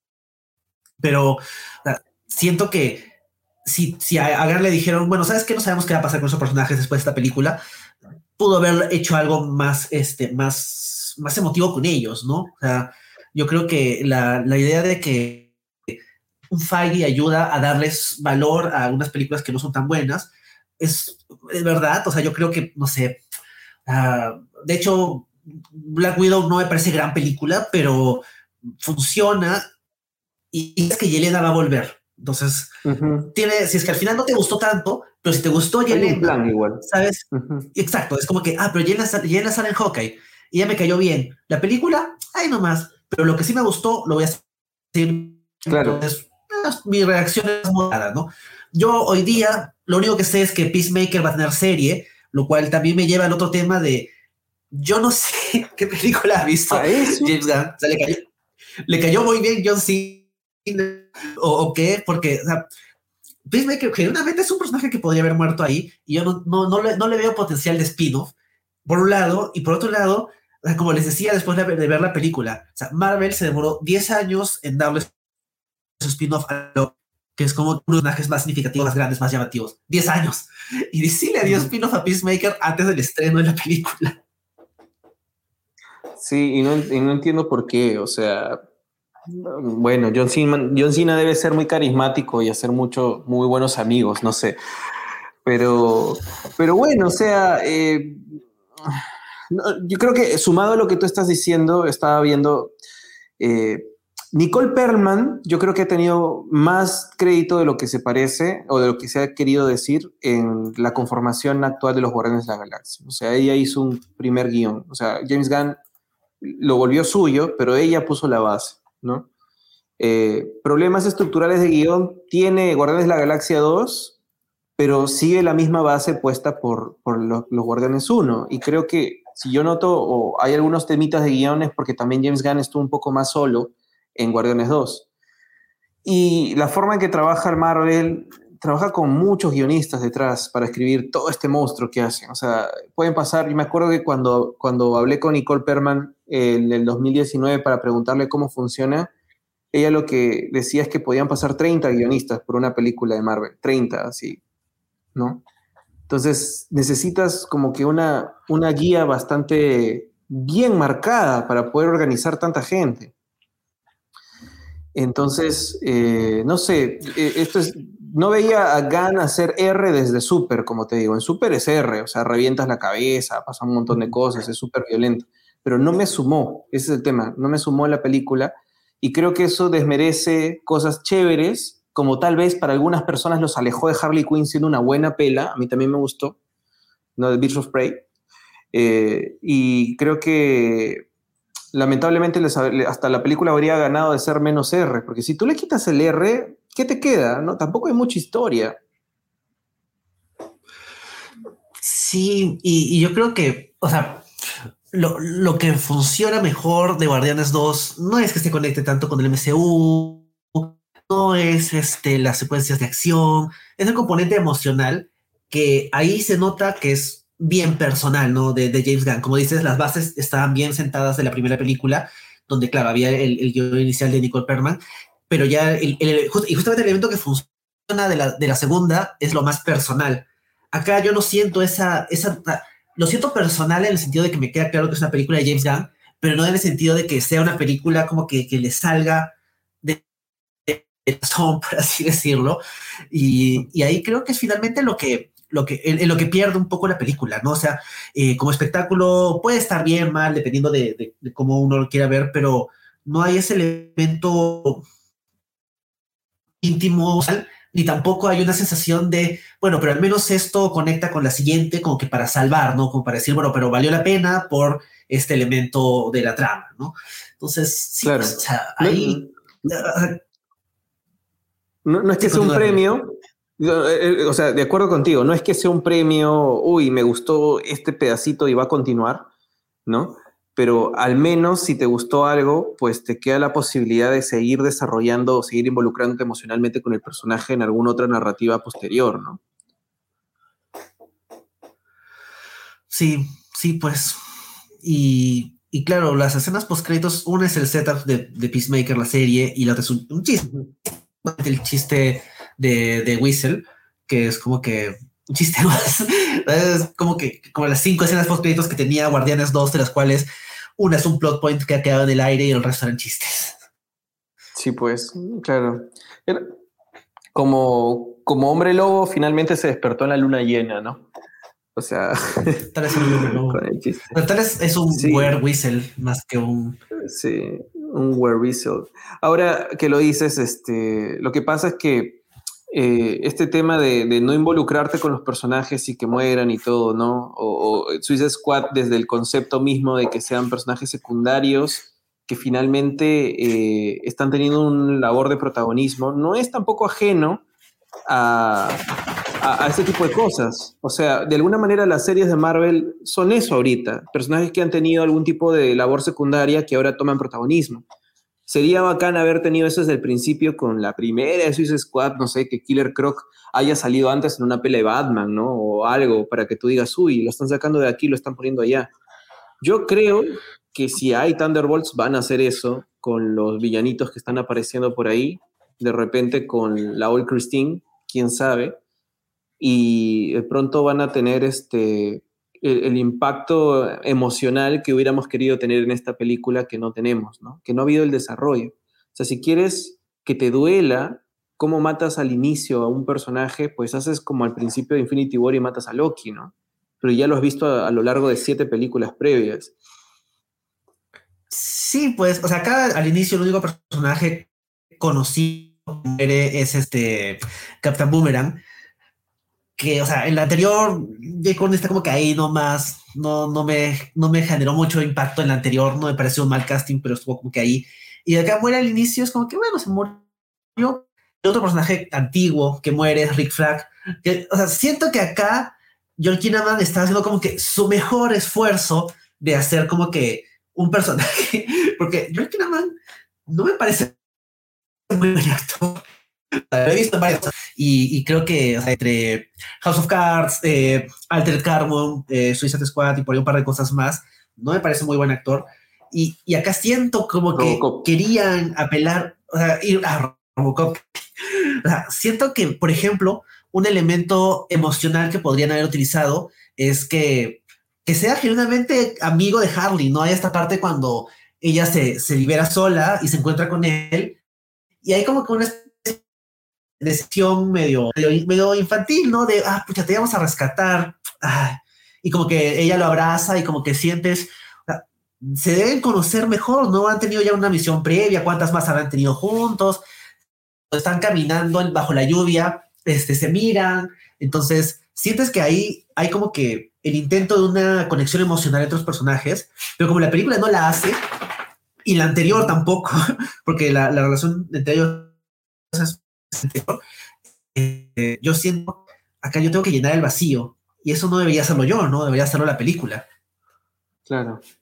Pero o sea, siento que si a Gar le dijeron, bueno, ¿sabes qué? No sabemos qué va a pasar con esos personajes después de esta película, pudo haber hecho algo más, más emotivo con ellos, ¿no? O sea, yo creo que la idea de que un Feige ayuda a darles valor a algunas películas que no son tan buenas es verdad. O sea, yo creo que, no sé, de hecho, Black Widow no me parece gran película, pero funciona, y es que Yelena va a volver. Entonces, si es que al final no te gustó tanto, pero si te gustó Hay un Yelena, plan igual. ¿sabes? Exacto, es como que, pero Yelena sale en Hawkeye y ya me cayó bien. La película, ahí nomás, pero lo que sí me gustó, lo voy a decir. Claro. Entonces, mi reacción es moderada, ¿no? Yo hoy día, lo único que sé es que Peacemaker va a tener serie, lo cual también me lleva al otro tema de, yo no sé qué película ha visto A eso. James Gunn. O sea, le cayó muy bien John Cena o qué, porque, o sea, Peacemaker genuinamente es un personaje que podría haber muerto ahí, y yo no le veo potencial de spin-off, por un lado, y por otro lado, o sea, como les decía después de ver la película, o sea, Marvel se demoró 10 años en darle su spin-off a lo que es como uno de los personajes más significativos, más grandes, más llamativos. 10 años. Y DC le dio spin-off a Peacemaker antes del estreno de la película. Sí, y no entiendo por qué, o sea, bueno, John Cena debe ser muy carismático y hacer muy buenos amigos, no sé, pero, pero bueno, o sea, yo creo que sumado a lo que tú estás diciendo, estaba viendo, eh, Nicole Perlman, yo creo que ha tenido más crédito de lo que se parece o de lo que se ha querido decir en la conformación actual de los Guardianes de la Galaxia. O sea, ella hizo un primer guión, o sea, James Gunn lo volvió suyo, pero ella puso la base, ¿no? Problemas estructurales de guión tiene Guardianes de la Galaxia 2, pero sigue la misma base puesta por los Guardianes 1. Y creo que si yo noto, o hay algunos temitas de guiones, porque también James Gunn estuvo un poco más solo en Guardianes 2. Y la forma en que trabaja el Marvel, trabaja con muchos guionistas detrás para escribir todo este monstruo que hacen. O sea, pueden pasar, y me acuerdo que cuando hablé con Nicole Perlman en el 2019 para preguntarle cómo funciona, ella lo que decía es que podían pasar 30 guionistas por una película de Marvel, 30, así, ¿no? Entonces necesitas como que una guía bastante bien marcada para poder organizar tanta gente. Entonces, no sé, no veía a Gunn hacer R desde Super, como te digo. En Super es R, o sea, revientas la cabeza, pasa un montón de cosas, es súper violento. Pero no me sumó, ese es el tema, no me sumó a la película, y creo que eso desmerece cosas chéveres, como tal vez para algunas personas los alejó de Harley Quinn siendo una buena pela. A mí también me gustó, ¿no? De Birds of Prey. Y creo que lamentablemente hasta la película habría ganado de ser menos R, porque si tú le quitas el R, ¿qué te queda? ¿No? Tampoco hay mucha historia. Sí, y yo creo que, o sea, lo que funciona mejor de Guardianes 2 no es que se conecte tanto con el MCU, no es las secuencias de acción, es el componente emocional que ahí se nota que es bien personal, ¿no? De James Gunn. Como dices, las bases estaban bien sentadas de la primera película, donde, claro, había el guion inicial de Nicole Perman, pero ya y justamente el elemento que funciona de la segunda es lo más personal. Acá yo no siento lo siento personal en el sentido de que me queda claro que es una película de James Gunn, pero no en el sentido de que sea una película como que le salga de son, por así decirlo. Y ahí creo que es finalmente en lo que pierde un poco la película, ¿no? O sea, como espectáculo puede estar bien, mal, dependiendo de cómo uno lo quiera ver, pero no hay ese elemento íntimo, ni tampoco hay una sensación de, bueno, pero al menos esto conecta con la siguiente, como que para salvar, ¿no? Como para decir, bueno, pero valió la pena por este elemento de la trama, ¿no? Entonces, sí, pues, Claro. o sea, No, ahí... no es Sí, que sea un continúa, Felipe. premio, o sea, de acuerdo contigo, no es que sea un premio, uy, me gustó este pedacito y va a continuar, ¿no? Pero al menos si te gustó algo, pues te queda la posibilidad de seguir desarrollando o seguir involucrándote emocionalmente con el personaje en alguna otra narrativa posterior, ¿no? Sí, sí, pues. Y claro, las escenas post-créditos, una es el setup de Peacemaker, la serie, y la otra es un chiste, el chiste de Whistle, que es como que un chiste más. Es como que como las 5 escenas post-créditos que tenía Guardianes 2, de las cuales una es un plot point que ha quedado en el aire y el resto eran chistes. Sí, pues, claro. Era- como hombre lobo finalmente se despertó en la luna llena, ¿no? O sea, Tal vez era un hombre lobo. con el chiste. Pero tal vez es un Sí, Were Whistle más que un... sí, un were whistle. Ahora que lo dices, lo que pasa es que este tema de no involucrarte con los personajes y que mueran y todo, ¿no? O Suicide Squad desde el concepto mismo de que sean personajes secundarios que finalmente están teniendo un labor de protagonismo, no es tampoco ajeno a, a ese tipo de cosas. O sea, de alguna manera las series de Marvel son eso ahorita, personajes que han tenido algún tipo de labor secundaria que ahora toman protagonismo. Sería bacán haber tenido eso desde el principio con la primera de Suicide Squad, no sé, que Killer Croc haya salido antes en una pelea de Batman, ¿no? O algo para que tú digas, uy, lo están sacando de aquí, lo están poniendo allá. Yo creo que si hay Thunderbolts van a hacer eso con los villanitos que están apareciendo por ahí, de repente con la Old Christine, quién sabe, y de pronto van a tener el impacto emocional que hubiéramos querido tener en esta película que no tenemos, ¿no? Que no ha habido el desarrollo. O sea, si quieres que te duela cómo matas al inicio a un personaje, pues haces como al principio de Infinity War y matas a Loki, ¿no? Pero ya lo has visto a lo largo de 7 películas previas. Sí, pues, o sea, acá al inicio el único personaje conocido es Captain Boomerang, que, o sea, en la anterior, J. está como que ahí nomás, no me generó mucho impacto en la anterior, no me pareció un mal casting, pero estuvo como que ahí. Y de acá muere al inicio, es como que, bueno, se murió. El otro personaje antiguo que muere es Rick Flag. Que, o sea, siento que acá John Kinnaman está haciendo como que su mejor esfuerzo de hacer como que un personaje, porque John Kinnaman no me parece muy buen actor. Lo he visto en varias cosas y creo que, o sea, entre House of Cards, Altered Carbon, Suicide Squad y por ahí un par de cosas más, no me parece muy buen actor. Y acá siento como que Robocop. querían apelar, o sea, ir a Robocop. O sea, siento que, por ejemplo, un elemento emocional que podrían haber utilizado es que sea genuinamente amigo de Harley, ¿no? Hay esta parte cuando ella se libera sola y se encuentra con él y hay como que una decisión medio infantil, ¿no? De, pucha, te vamos a rescatar. Ay. Y como que ella lo abraza y como que sientes, o sea, se deben conocer mejor, ¿no? Han tenido ya una misión previa, cuántas más habrán tenido juntos, están caminando bajo la lluvia, se miran, entonces sientes que ahí hay como que el intento de una conexión emocional entre los personajes, pero como la película no la hace, y la anterior tampoco, porque la relación entre ellos es anterior, yo siento, acá yo tengo que llenar el vacío, y eso no debería hacerlo yo, ¿no? Debería hacerlo la película. Claro.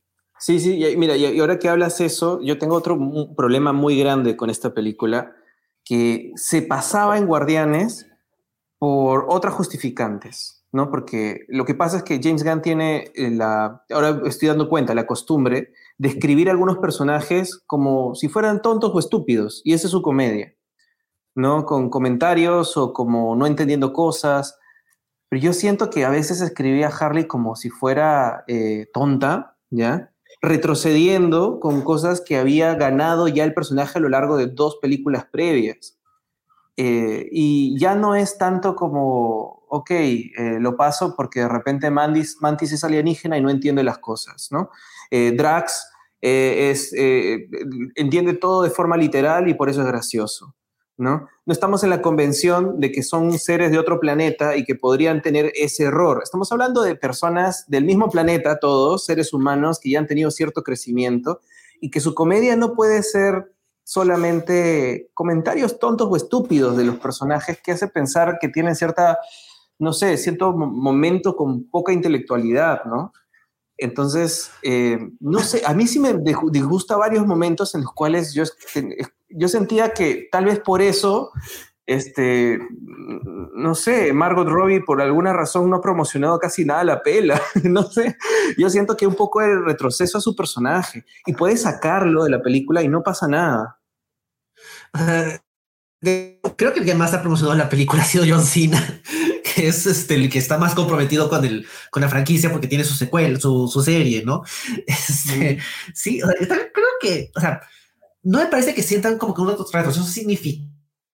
Sí, sí, mira, y ahora que hablas eso, yo tengo otro problema muy grande con esta película, que se pasaba en Guardianes por otras justificantes, ¿no? Porque lo que pasa es que James Gunn tiene ahora estoy dando cuenta, la costumbre de escribir algunos personajes como si fueran tontos o estúpidos, y esa es su comedia, ¿no? Con comentarios o como no entendiendo cosas, pero yo siento que a veces escribía a Harley como si fuera tonta, ¿ya? Retrocediendo con cosas que había ganado ya el personaje a lo largo de 2 películas previas. Y ya no es tanto como, ok, lo paso porque de repente Mantis es alienígena y no entiende las cosas, ¿no? Drax entiende todo de forma literal y por eso es gracioso, ¿no? No estamos en la convención de que son seres de otro planeta y que podrían tener ese error. Estamos hablando de personas del mismo planeta, todos, seres humanos que ya han tenido cierto crecimiento y que su comedia no puede ser solamente comentarios tontos o estúpidos de los personajes que hace pensar que tienen cierta, no sé, cierto momento con poca intelectualidad, ¿no? Entonces, no sé, a mí sí me disgusta varios momentos en los cuales yo sentía que tal vez por eso, no sé, Margot Robbie por alguna razón no ha promocionado casi nada la pela, no sé, yo siento que un poco el retroceso a su personaje y puede sacarlo de la película y no pasa nada. Creo que el que más ha promocionado la película ha sido John Cena, que es el que está más comprometido con la franquicia porque tiene su secuela, su serie, ¿no? Este, sí, o sea, yo también creo que, o sea, no me parece que sientan como que un retroceso significativo,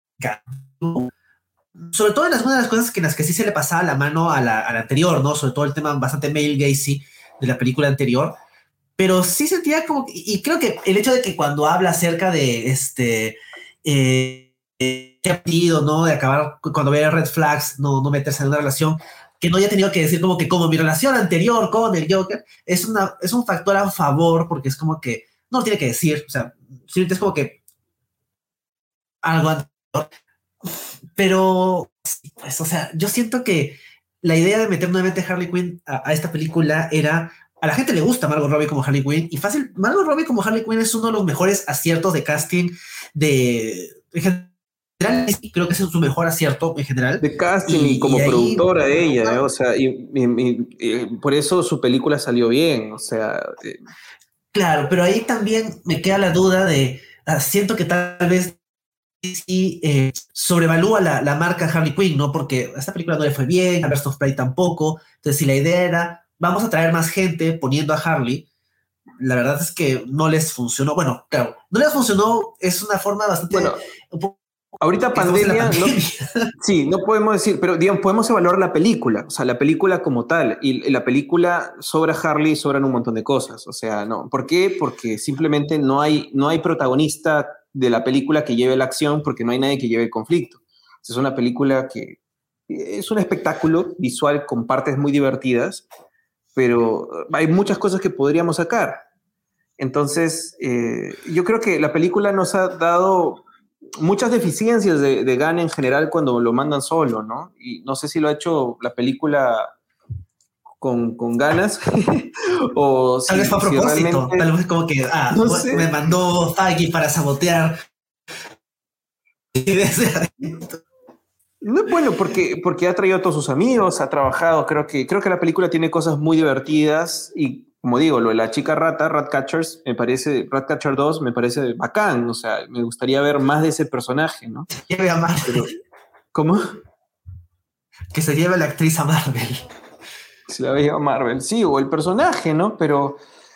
sobre todo en una de las cosas que en las que sí se le pasaba la mano a la anterior, ¿no? Sobre todo el tema bastante male gazy de la película anterior, pero sí sentía como, y creo que el hecho de que cuando habla acerca de que ha pedido, ¿no? De acabar cuando ve red flags, no meterse en una relación, que no haya tenido que decir como que como mi relación anterior con el Joker, es un factor a favor porque es como que no lo tiene que decir, o sea, simplemente es como que algo anterior, pero pues, o sea, yo siento que la idea de meter nuevamente a Harley Quinn a esta película era, a la gente le gusta Margot Robbie como Harley Quinn y fácil, Margot Robbie como Harley Quinn es uno de los mejores aciertos de casting en general, creo que ese es su mejor acierto en general. De casting y como ahí, productora ella, o sea, por eso su película salió bien, o sea, claro, pero ahí también me queda la duda de, siento que tal vez sí sobrevalúa la marca Harley Quinn, ¿no? Porque a esta película no le fue bien, a Birds of Prey tampoco. Entonces, si la idea era, vamos a traer más gente poniendo a Harley, la verdad es que no les funcionó. Bueno, claro, no les funcionó, es una forma bastante... bueno, ahorita Que estamos en la pandemia, no, pandemia. sí, no podemos decir, pero digamos, podemos evaluar la película, o sea, la película como tal, y la película sobra Harley, sobran un montón de cosas, o sea, no, ¿por qué? Porque simplemente no hay protagonista de la película que lleve la acción, porque no hay nadie que lleve el conflicto. Es una película que es un espectáculo visual con partes muy divertidas, pero hay muchas cosas que podríamos sacar. Entonces, yo creo que la película nos ha dado muchas deficiencias de Gunn en general cuando lo mandan solo, ¿no? Y no sé si lo ha hecho la película con ganas o Tal vez fue a si propósito, realmente, tal vez como que, no me sé. mandó Feige para sabotear. No, bueno, porque ha traído a todos sus amigos, ha trabajado, creo que la película tiene cosas muy divertidas y como digo, lo de la chica rata, Ratcatcher 2 me parece bacán, o sea, me gustaría ver más de ese personaje, ¿no? Lleve a Pero, Marvel, ¿cómo? que se lleve la actriz a Marvel. Se la veía Marvel, sí, o el personaje, ¿no? Pero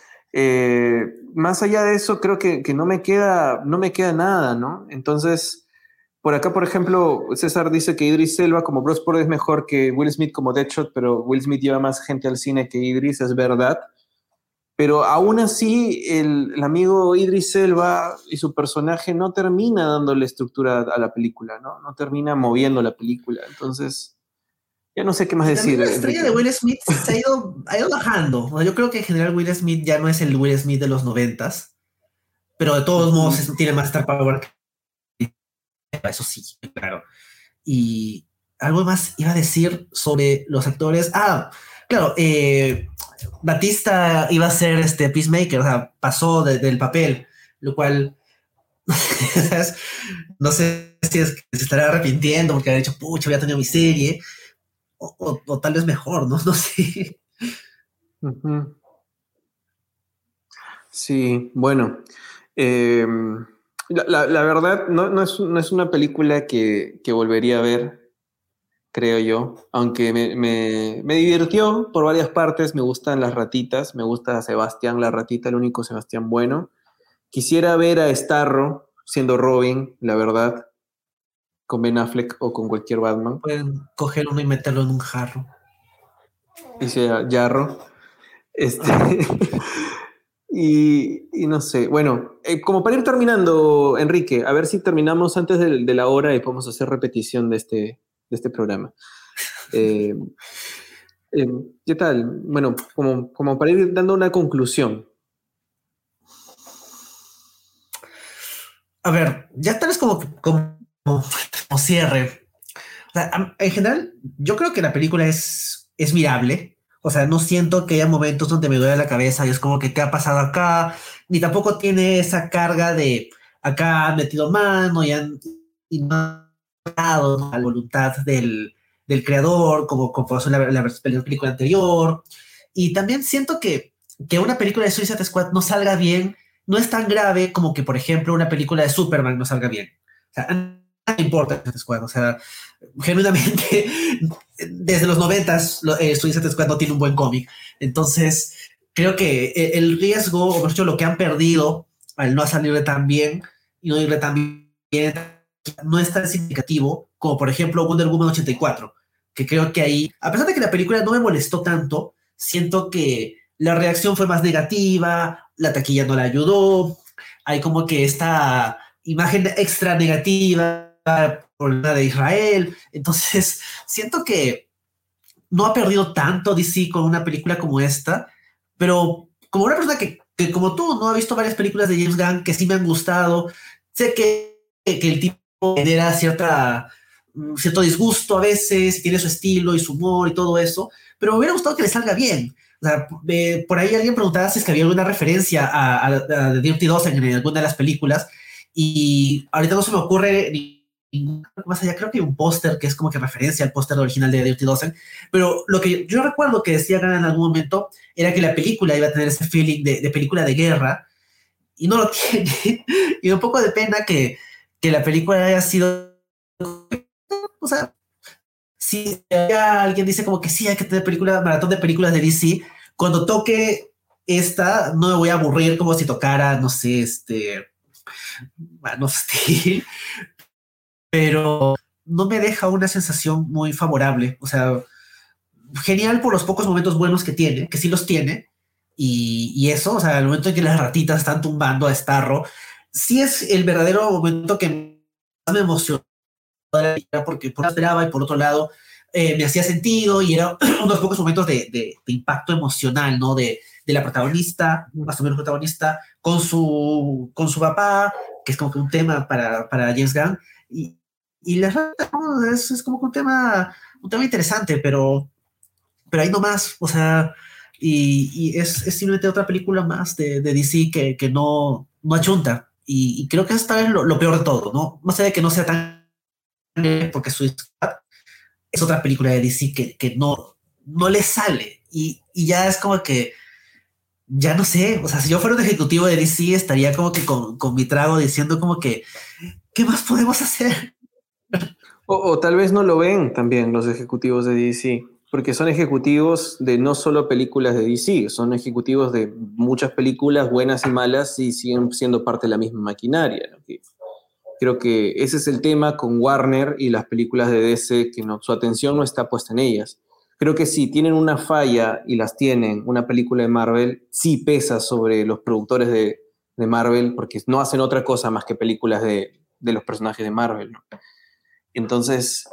más allá de eso, creo que no me queda nada, ¿no? Entonces, por acá, por ejemplo, César dice que Idris Elba como Bloodsport es mejor que Will Smith como Deadshot, pero Will Smith lleva más gente al cine que Idris, es verdad. Pero aún así, el amigo Idris Elba y su personaje no termina dándole estructura a la película, ¿no? No termina moviendo la película. Entonces, ya no sé qué más Y también decir, la estrella Enrique. de Will Smith ha ido bajando. O sea, yo creo que en general Will Smith ya no es el Will Smith de los noventas, pero de todos modos tiene más star power que eso sí, claro. Y algo más iba a decir sobre los actores. claro, Batista iba a ser Peacemaker, o sea, pasó del papel, lo cual, ¿sabes? No sé si es que se estará arrepintiendo porque ha dicho, pucha, había tenido mi serie, o tal vez mejor, ¿no? No sé. Ujú. Sí, bueno. eh, la verdad, no es una película que volvería a ver, creo yo. Aunque me divirtió por varias partes. Me gustan las ratitas. Me gusta Sebastián la ratita, el único Sebastián bueno. Quisiera ver a Starro siendo Robin, la verdad, con Ben Affleck o con cualquier Batman. Pueden coger uno y meterlo en un jarro. Y sea Jarro. Este, y no sé, bueno, como para ir terminando, Enrique, a ver si terminamos antes de la hora y podemos hacer repetición de este programa. Eh, eh, ¿Qué tal? Bueno, como para ir dando una conclusión. A ver, ya tal vez como cierre. O sea, en general, yo creo que la película es mirable. O sea, no siento que haya momentos donde me duele la cabeza y es como que qué ha pasado acá, ni tampoco tiene esa carga de acá han metido mano y no han dado, ¿no?, la voluntad del creador, como pasó en la película anterior. Y también siento que una película de Suicide Squad no salga bien, no es tan grave como que, por ejemplo, una película de Superman no salga bien. O sea, no me importa Suicide Squad. O sea, genuinamente, desde los 90s, Suicide Squad no tiene un buen cómic. Entonces, creo que el riesgo, o mejor dicho, lo que han perdido al no salirle tan bien y no irle tan bien, no es tan significativo como, por ejemplo, Wonder Woman 84, que creo que ahí, a pesar de que la película no me molestó tanto, siento que la reacción fue más negativa, la taquilla no la ayudó, hay como que esta imagen extra negativa por la de Israel. Entonces, siento que no ha perdido tanto DC con una película como esta, pero como una persona que como tú, no ha visto varias películas de James Gunn que sí me han gustado, sé que el tipo genera cierto disgusto a veces, tiene su estilo y su humor y todo eso, pero me hubiera gustado que le salga bien. O sea, por ahí alguien preguntaba si es que había alguna referencia a Dirty Dozen en alguna de las películas, y ahorita no se me ocurre ni más allá. Creo que hay un póster que es como que referencia al póster original de Dirty Dozen, pero lo que yo recuerdo que decía Gana en algún momento era que la película iba a tener ese feeling de película de guerra, y no lo tiene. Y un poco de pena que la película haya sido, o sea, si alguien dice como que sí, hay que tener maratón de películas de DC, cuando toque esta, no me voy a aburrir como si tocara, no sé, Man of Steel, pero no me deja una sensación muy favorable. O sea, genial por los pocos momentos buenos que tiene, que sí los tiene, y eso, o sea, el momento en que las ratitas están tumbando a Starro, sí es el verdadero momento que más me emocionó, porque por un lado esperaba y por otro lado me hacía sentido, y era unos pocos momentos de impacto emocional, ¿no? De la protagonista, más o menos protagonista, con su papá, que es como que un tema para James Gunn, y la verdad, ¿no?, es como que un tema interesante, pero ahí nomás. O sea, y es simplemente otra película más de DC que no achunta, y creo que esta es lo peor de todo, ¿no? Más allá de que no sea tan, porque Suicide Squad es otra película de DC que no le sale, y ya es como que, ya no sé. O sea, si yo fuera un ejecutivo de DC, estaría como que con mi trago diciendo como que, ¿qué más podemos hacer? O tal vez no lo ven también los ejecutivos de DC, porque son ejecutivos de no solo películas de DC, son ejecutivos de muchas películas buenas y malas y siguen siendo parte de la misma maquinaria, ¿no? Creo que ese es el tema con Warner y las películas de DC, que no, su atención no está puesta en ellas. Creo que si tienen una falla, y las tienen, una película de Marvel, sí pesa sobre los productores de Marvel, porque no hacen otra cosa más que películas de los personajes de Marvel, ¿no? Entonces,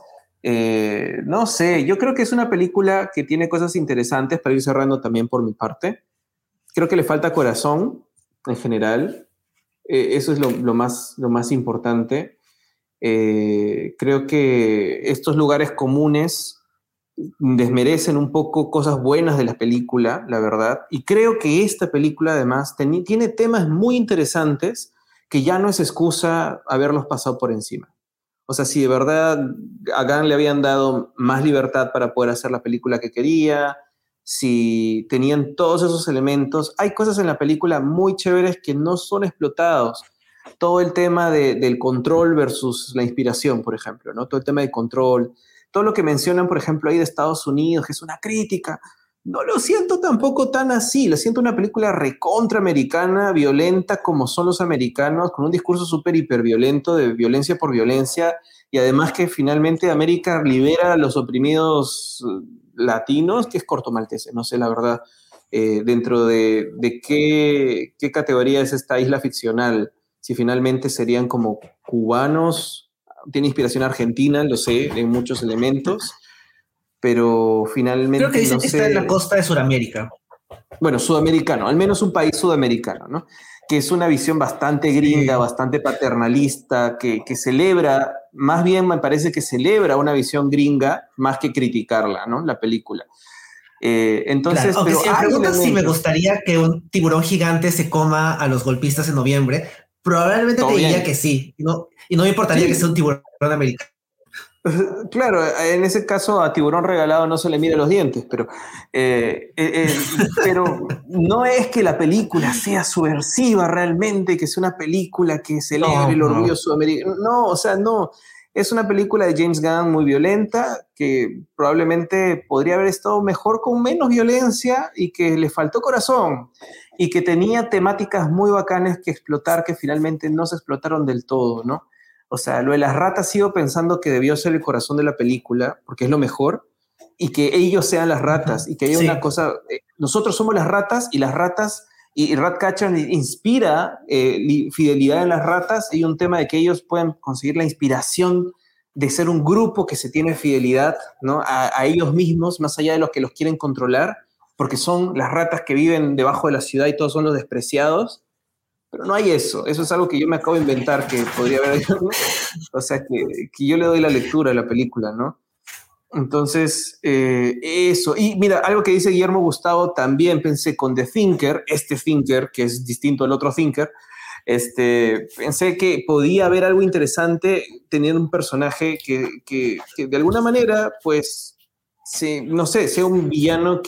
no sé, yo creo que es una película que tiene cosas interesantes para ir cerrando también por mi parte. Creo que le falta corazón en general. Eso es lo más importante. Creo que estos lugares comunes desmerecen un poco cosas buenas de la película, la verdad. Y creo que esta película además tiene temas muy interesantes que ya no es excusa haberlos pasado por encima. O sea, si de verdad a Gunn le habían dado más libertad para poder hacer la película que quería, si tenían todos esos elementos, hay cosas en la película muy chéveres que no son explotados. Todo el tema del control versus la inspiración, por ejemplo, ¿no? Todo el tema del control, todo lo que mencionan, por ejemplo, ahí de Estados Unidos, que es una crítica, no lo siento tampoco tan así, lo siento una película recontra-americana, violenta como son los americanos, con un discurso súper hiperviolento de violencia por violencia, y además que finalmente América libera a los oprimidos latinos, que es Corto Maltese, no sé la verdad, dentro de qué categoría es esta isla ficcional, si finalmente serían como cubanos, tiene inspiración argentina, lo sé, en muchos elementos, pero Creo que finalmente no dicen que está en la sé, costa de Sudamérica. bueno, sudamericano, al menos un país sudamericano, ¿no? Que es una visión bastante gringa, Sí. bastante paternalista, que celebra, más bien me parece que celebra una visión gringa más que criticarla, ¿no? La película. Claro, Entonces, aunque pero si me hay preguntas si me elementos, gustaría que un tiburón gigante se coma a los golpistas en noviembre, probablemente te todo diría bien. que sí, y no me importaría que sea Sí, un tiburón americano. claro, en ese caso a tiburón regalado no se le mira los dientes, pero no es que la película sea subversiva realmente, que sea una película que celebre No, el orgullo no. sudamericano. No, o sea, no. Es una película de James Gunn muy violenta, que probablemente podría haber estado mejor con menos violencia y que le faltó corazón y que tenía temáticas muy bacanas que explotar que finalmente no se explotaron del todo, ¿no? O sea, lo de las ratas sigo pensando que debió ser el corazón de la película, porque es lo mejor, y que ellos sean las ratas, Ujú. y que haya una Sí, cosa, nosotros somos las ratas, y Ratcatcher inspira fidelidad en las ratas, y un tema de que ellos pueden conseguir la inspiración de ser un grupo que se tiene fidelidad, ¿no? A ellos mismos, más allá de los que los quieren controlar, porque son las ratas que viven debajo de la ciudad y todos son los despreciados, pero no hay eso. Eso es algo que yo me acabo de inventar que podría haber. O sea, que yo le doy la lectura a la película, ¿no? Entonces, eso. Y mira, algo que dice Guillermo Gustavo, también pensé con The Thinker, este Thinker, que es distinto al otro Thinker, pensé que podía haber algo interesante teniendo un personaje que de alguna manera, pues, no sé, sea un villano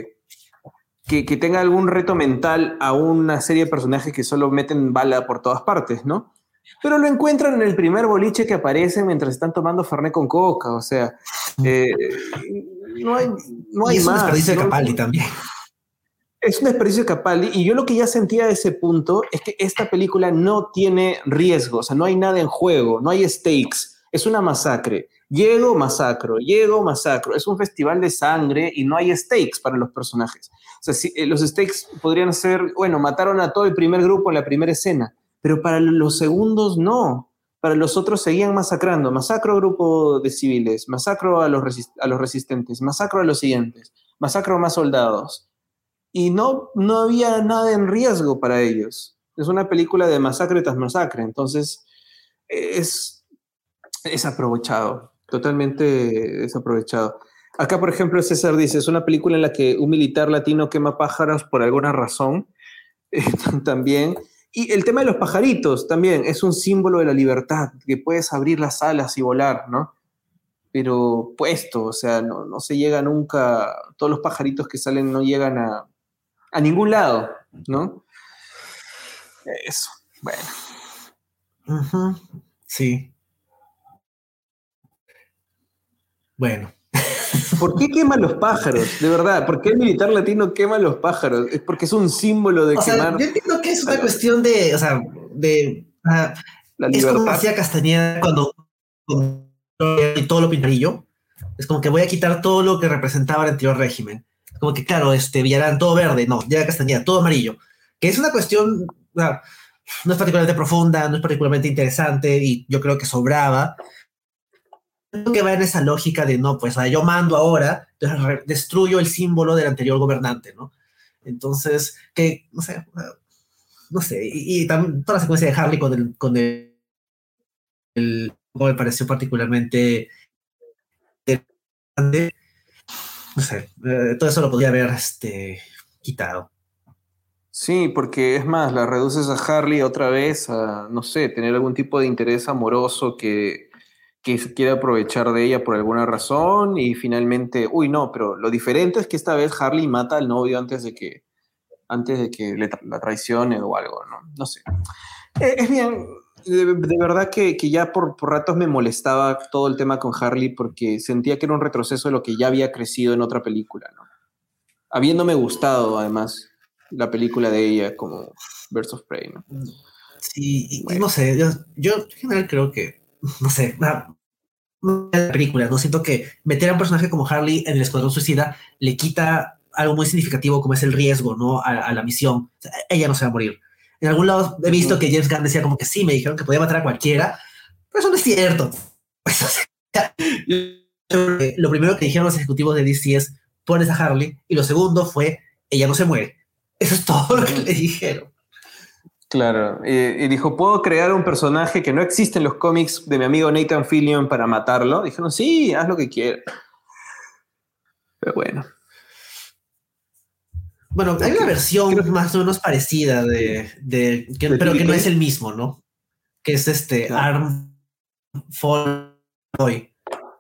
que tenga algún reto mental a una serie de personajes que solo meten bala por todas partes, ¿no? Pero lo encuentran en el primer boliche que aparece mientras están tomando Fernet con coca, o sea, eh, no hay, no y hay es un más, desperdicio de ¿no? Capaldi también. Es un desperdicio de Capaldi y yo lo que ya sentía a ese punto es que esta película no tiene riesgo, o sea, no hay nada en juego, no hay stakes, es una masacre. Llego, masacro. Es un festival de sangre y no hay stakes para los personajes. O sea, los stakes podrían ser, bueno, mataron a todo el primer grupo en la primera escena, pero para los segundos no. Para los otros seguían masacrando. Masacro a grupo de civiles, masacro a los resistentes, masacro a los siguientes, masacro a más soldados y no había nada en riesgo para ellos. Es una película de masacre tras masacre, entonces es, es aprovechado, totalmente desaprovechado. Acá, por ejemplo, César dice, es una película en la que un militar latino quema pájaros por alguna razón, también. Y el tema de los pajaritos también es un símbolo de la libertad, que puedes abrir las alas y volar, ¿no? Pero puesto, o sea, no se llega nunca, todos los pajaritos que salen no llegan a ningún lado, ¿no? Eso, bueno. Ujú. Sí, bueno. ¿Por qué queman los pájaros? De verdad, ¿por qué el militar latino quema los pájaros? Es porque es un símbolo de O sea, quemar yo entiendo que es a una cuestión de, o sea, la es como libertad. hacía Castañeda cuando todo lo pintarillo. Es como que voy a quitar todo lo que representaba el anterior régimen. Como que, claro, Villarán todo verde, no, ya Castañeda todo amarillo. Que es una cuestión, no es particularmente profunda, no es particularmente interesante y yo creo que sobraba. Creo que va en esa lógica de no, pues yo mando ahora, entonces destruyo el símbolo del anterior gobernante, ¿no? Entonces, que, no sé, y también toda la secuencia de Harley me pareció particularmente grande. no sé, todo eso lo podría haber quitado. Sí, porque es más, la reduces a Harley otra vez a, no sé, tener algún tipo de interés amoroso que se quiere aprovechar de ella por alguna razón y finalmente, uy, no, pero lo diferente es que esta vez Harley mata al novio antes de que la traicione o algo, ¿no? No sé. Es bien, de verdad que ya por ratos me molestaba todo el tema con Harley porque sentía que era un retroceso de lo que ya había crecido en otra película, ¿no? Habiéndome gustado, además, la película de ella como Birds of Prey, ¿no? Sí, y Bueno. no sé, yo en general creo que, no sé, la película, no siento que meter a un personaje como Harley en el Escuadrón Suicida le quita algo muy significativo como es el riesgo, ¿no? A la misión. O sea, ella no se va a morir. En algún lado he visto que James Gunn decía como que sí, me dijeron que podía matar a cualquiera, pero eso no es cierto. Pues, o sea, lo primero que dijeron los ejecutivos de DC es pones a Harley y lo segundo fue ella no se muere. Eso es todo lo que le dijeron. Claro, y dijo, ¿puedo crear un personaje que no existe en los cómics de mi amigo Nathan Fillion para matarlo? Dijeron, sí, haz lo que quieras. Pero bueno. Bueno, hay Ok. una Creo versión que más o menos parecida de pero que no es Typically. el mismo, ¿no? Que es Claro. Arm Fall Boy.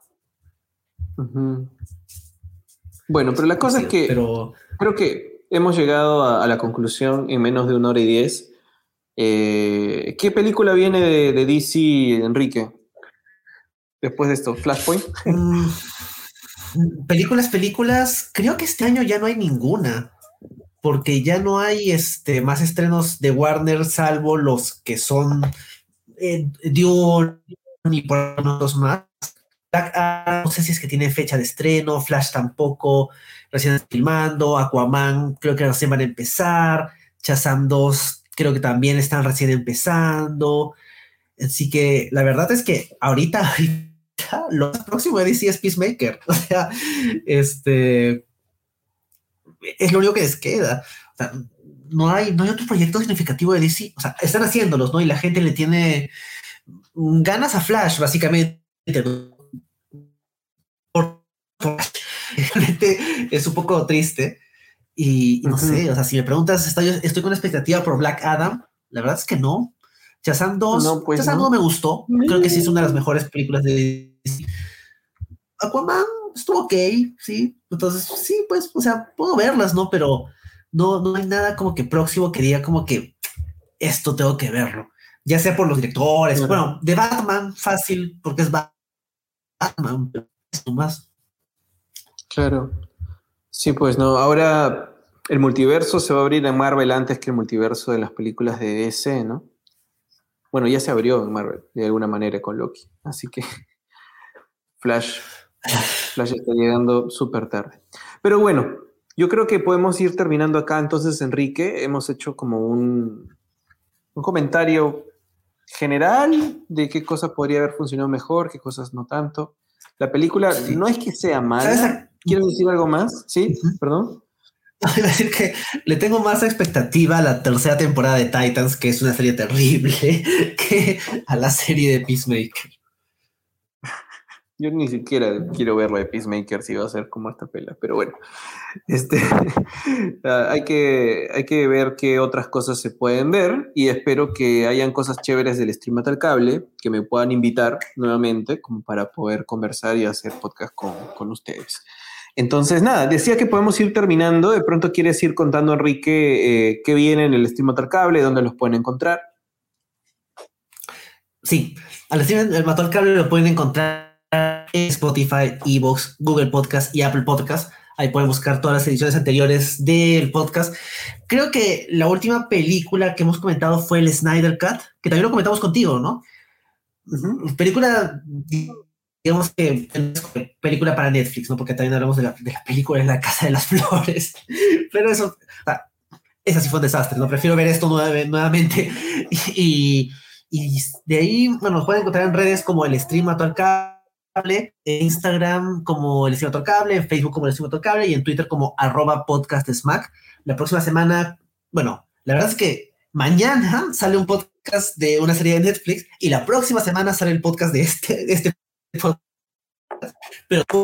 Ujú. Bueno, pero la cosa es Conocido, que pero creo que hemos llegado a la conclusión en menos de 1 hora y 10. ¿Qué película viene de DC, Enrique? Después de esto, Flashpoint. mm, películas, creo que este año ya no hay ninguna, porque ya no hay más estrenos de Warner, salvo los que son Dune y por otros más. Black Adam, no sé si es que tiene fecha de estreno, Flash tampoco, recién están filmando, Aquaman creo que recién van a empezar, Shazam 2 creo que también están recién empezando, así que la verdad es que ahorita lo próximo de DC es Peacemaker, o sea, es lo único que les queda, o sea, no hay otro proyecto significativo de DC, o sea, están haciéndolos, ¿no? Y la gente le tiene ganas a Flash, básicamente, realmente es un poco triste. Y no sé, o Ujú. sea, si me preguntas, estoy con expectativa por Black Adam. La verdad es que no. No, pues Shazam 2 no. me gustó. Creo que sí es una de las mejores películas de DC. Aquaman estuvo ok, sí. Entonces, sí, pues, o sea, puedo verlas, ¿no? Pero no hay nada como que próximo que diga como que esto tengo que verlo. Ya sea por los directores. Claro. Bueno, de Batman, fácil, porque es Batman, pero esto más. Claro. Sí, pues no. Ahora el multiverso se va a abrir en Marvel antes que el multiverso de las películas de DC, ¿no? Bueno, ya se abrió en Marvel de alguna manera con Loki. Así que Flash, Flash está llegando súper tarde. Pero bueno, yo creo que podemos ir terminando acá. Entonces, Enrique, hemos hecho como un comentario general de qué cosas podría haber funcionado mejor, qué cosas no tanto. La película Sí. no es que sea ¿Sabes? mala. ¿Quieres decir algo más? ¿Sí? ¿Perdón? Iba a decir que le tengo más expectativa a la tercera temporada de Titans, que es una serie terrible, que a la serie de Peacemaker. Yo ni siquiera quiero ver la de Peacemaker si va a ser como esta pela, pero bueno, este, hay que ver qué otras cosas se pueden ver y espero que hayan cosas chéveres del Stream al Cable que me puedan invitar nuevamente como para poder conversar y hacer podcast con ustedes. Entonces, nada, decía que podemos ir terminando. De pronto quieres ir contando, Enrique, qué viene en el Stream al Cable, dónde los pueden encontrar. Sí, al Steven el Mató al Cable lo pueden encontrar en Spotify, Evox, Google Podcast y Apple Podcast. Ahí pueden buscar todas las ediciones anteriores del podcast. Creo que la última película que hemos comentado fue el Snyder Cut, que también lo comentamos contigo, ¿no? Película, digamos que película para Netflix, ¿no? Porque también hablamos de la película en La Casa de las Flores. Pero eso, o sea, esa sí fue un desastre, ¿no? Prefiero ver esto nuevamente. Y, y de ahí, bueno, nos pueden encontrar en redes como el Stream Mató al Cable, en Instagram como el Stream Mató al Cable, en Facebook como el Stream Mató al Cable y en Twitter como @podcastsmack. La próxima semana, bueno, la verdad es que mañana sale un podcast de una serie de Netflix y la próxima semana sale el podcast de este podcast. Pero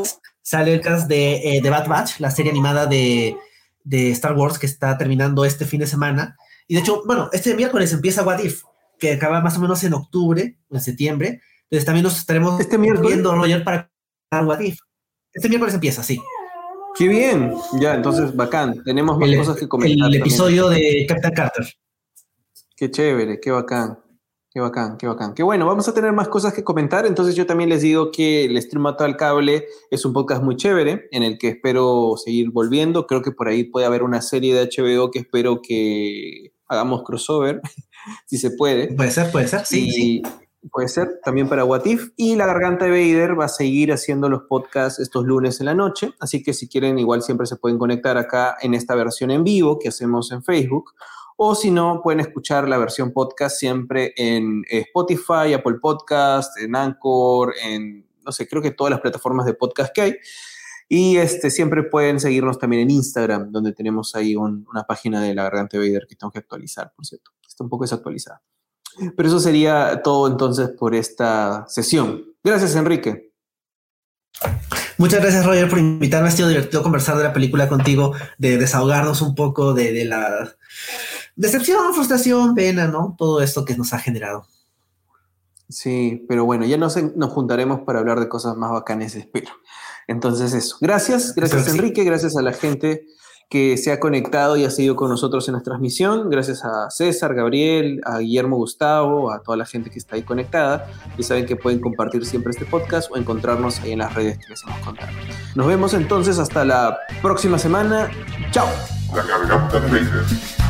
sale el cast de The Bad Batch, la serie animada de Star Wars que está terminando este fin de semana. Y de hecho, bueno, este miércoles empieza What If, que acaba más o menos en octubre, en septiembre. Entonces también nos estaremos viendo, Roger, para What If. Este miércoles empieza, sí. ¡Qué bien! Ya, entonces, bacán. Tenemos más cosas que comentar. El episodio de Captain Carter. ¡Qué chévere! ¡Qué bacán! ¡Qué bacán! ¡Qué bacán! ¡Qué bueno! Vamos a tener más cosas que comentar. Entonces yo también les digo que el Stream Mató al Cable es un podcast muy chévere en el que espero seguir volviendo. Creo que por ahí puede haber una serie de HBO que espero que hagamos crossover, si se puede. Puede ser, sí. Puede ser también para What If. Y La Garganta de Vader va a seguir haciendo los podcasts estos lunes en la noche. Así que si quieren, igual siempre se pueden conectar acá en esta versión en vivo que hacemos en Facebook. O si no, pueden escuchar la versión podcast siempre en Spotify, Apple Podcast, en Anchor, en, no sé, creo que todas las plataformas de podcast que hay. Y siempre pueden seguirnos también en Instagram, donde tenemos ahí una página de La Garganta de Vader que tengo que actualizar, por cierto. Está un poco desactualizada. Pero eso sería todo entonces por esta sesión. Gracias, Enrique. Muchas gracias, Roger, por invitarme. Ha sido divertido conversar de la película contigo, de desahogarnos un poco de la decepción, frustración, pena, ¿no? Todo esto que nos ha generado. Sí, pero bueno, ya nos juntaremos para hablar de cosas más bacanes, espero. Entonces eso. Gracias Enrique, sí. Gracias a la gente que se ha conectado y ha seguido con nosotros en la transmisión. Gracias a César, Gabriel, a Guillermo Gustavo, a toda la gente que está ahí conectada. Y saben que pueden compartir siempre este podcast o encontrarnos ahí en las redes que les hemos contado. Nos vemos entonces hasta la próxima semana. ¡Chao! La Garganta de Vader.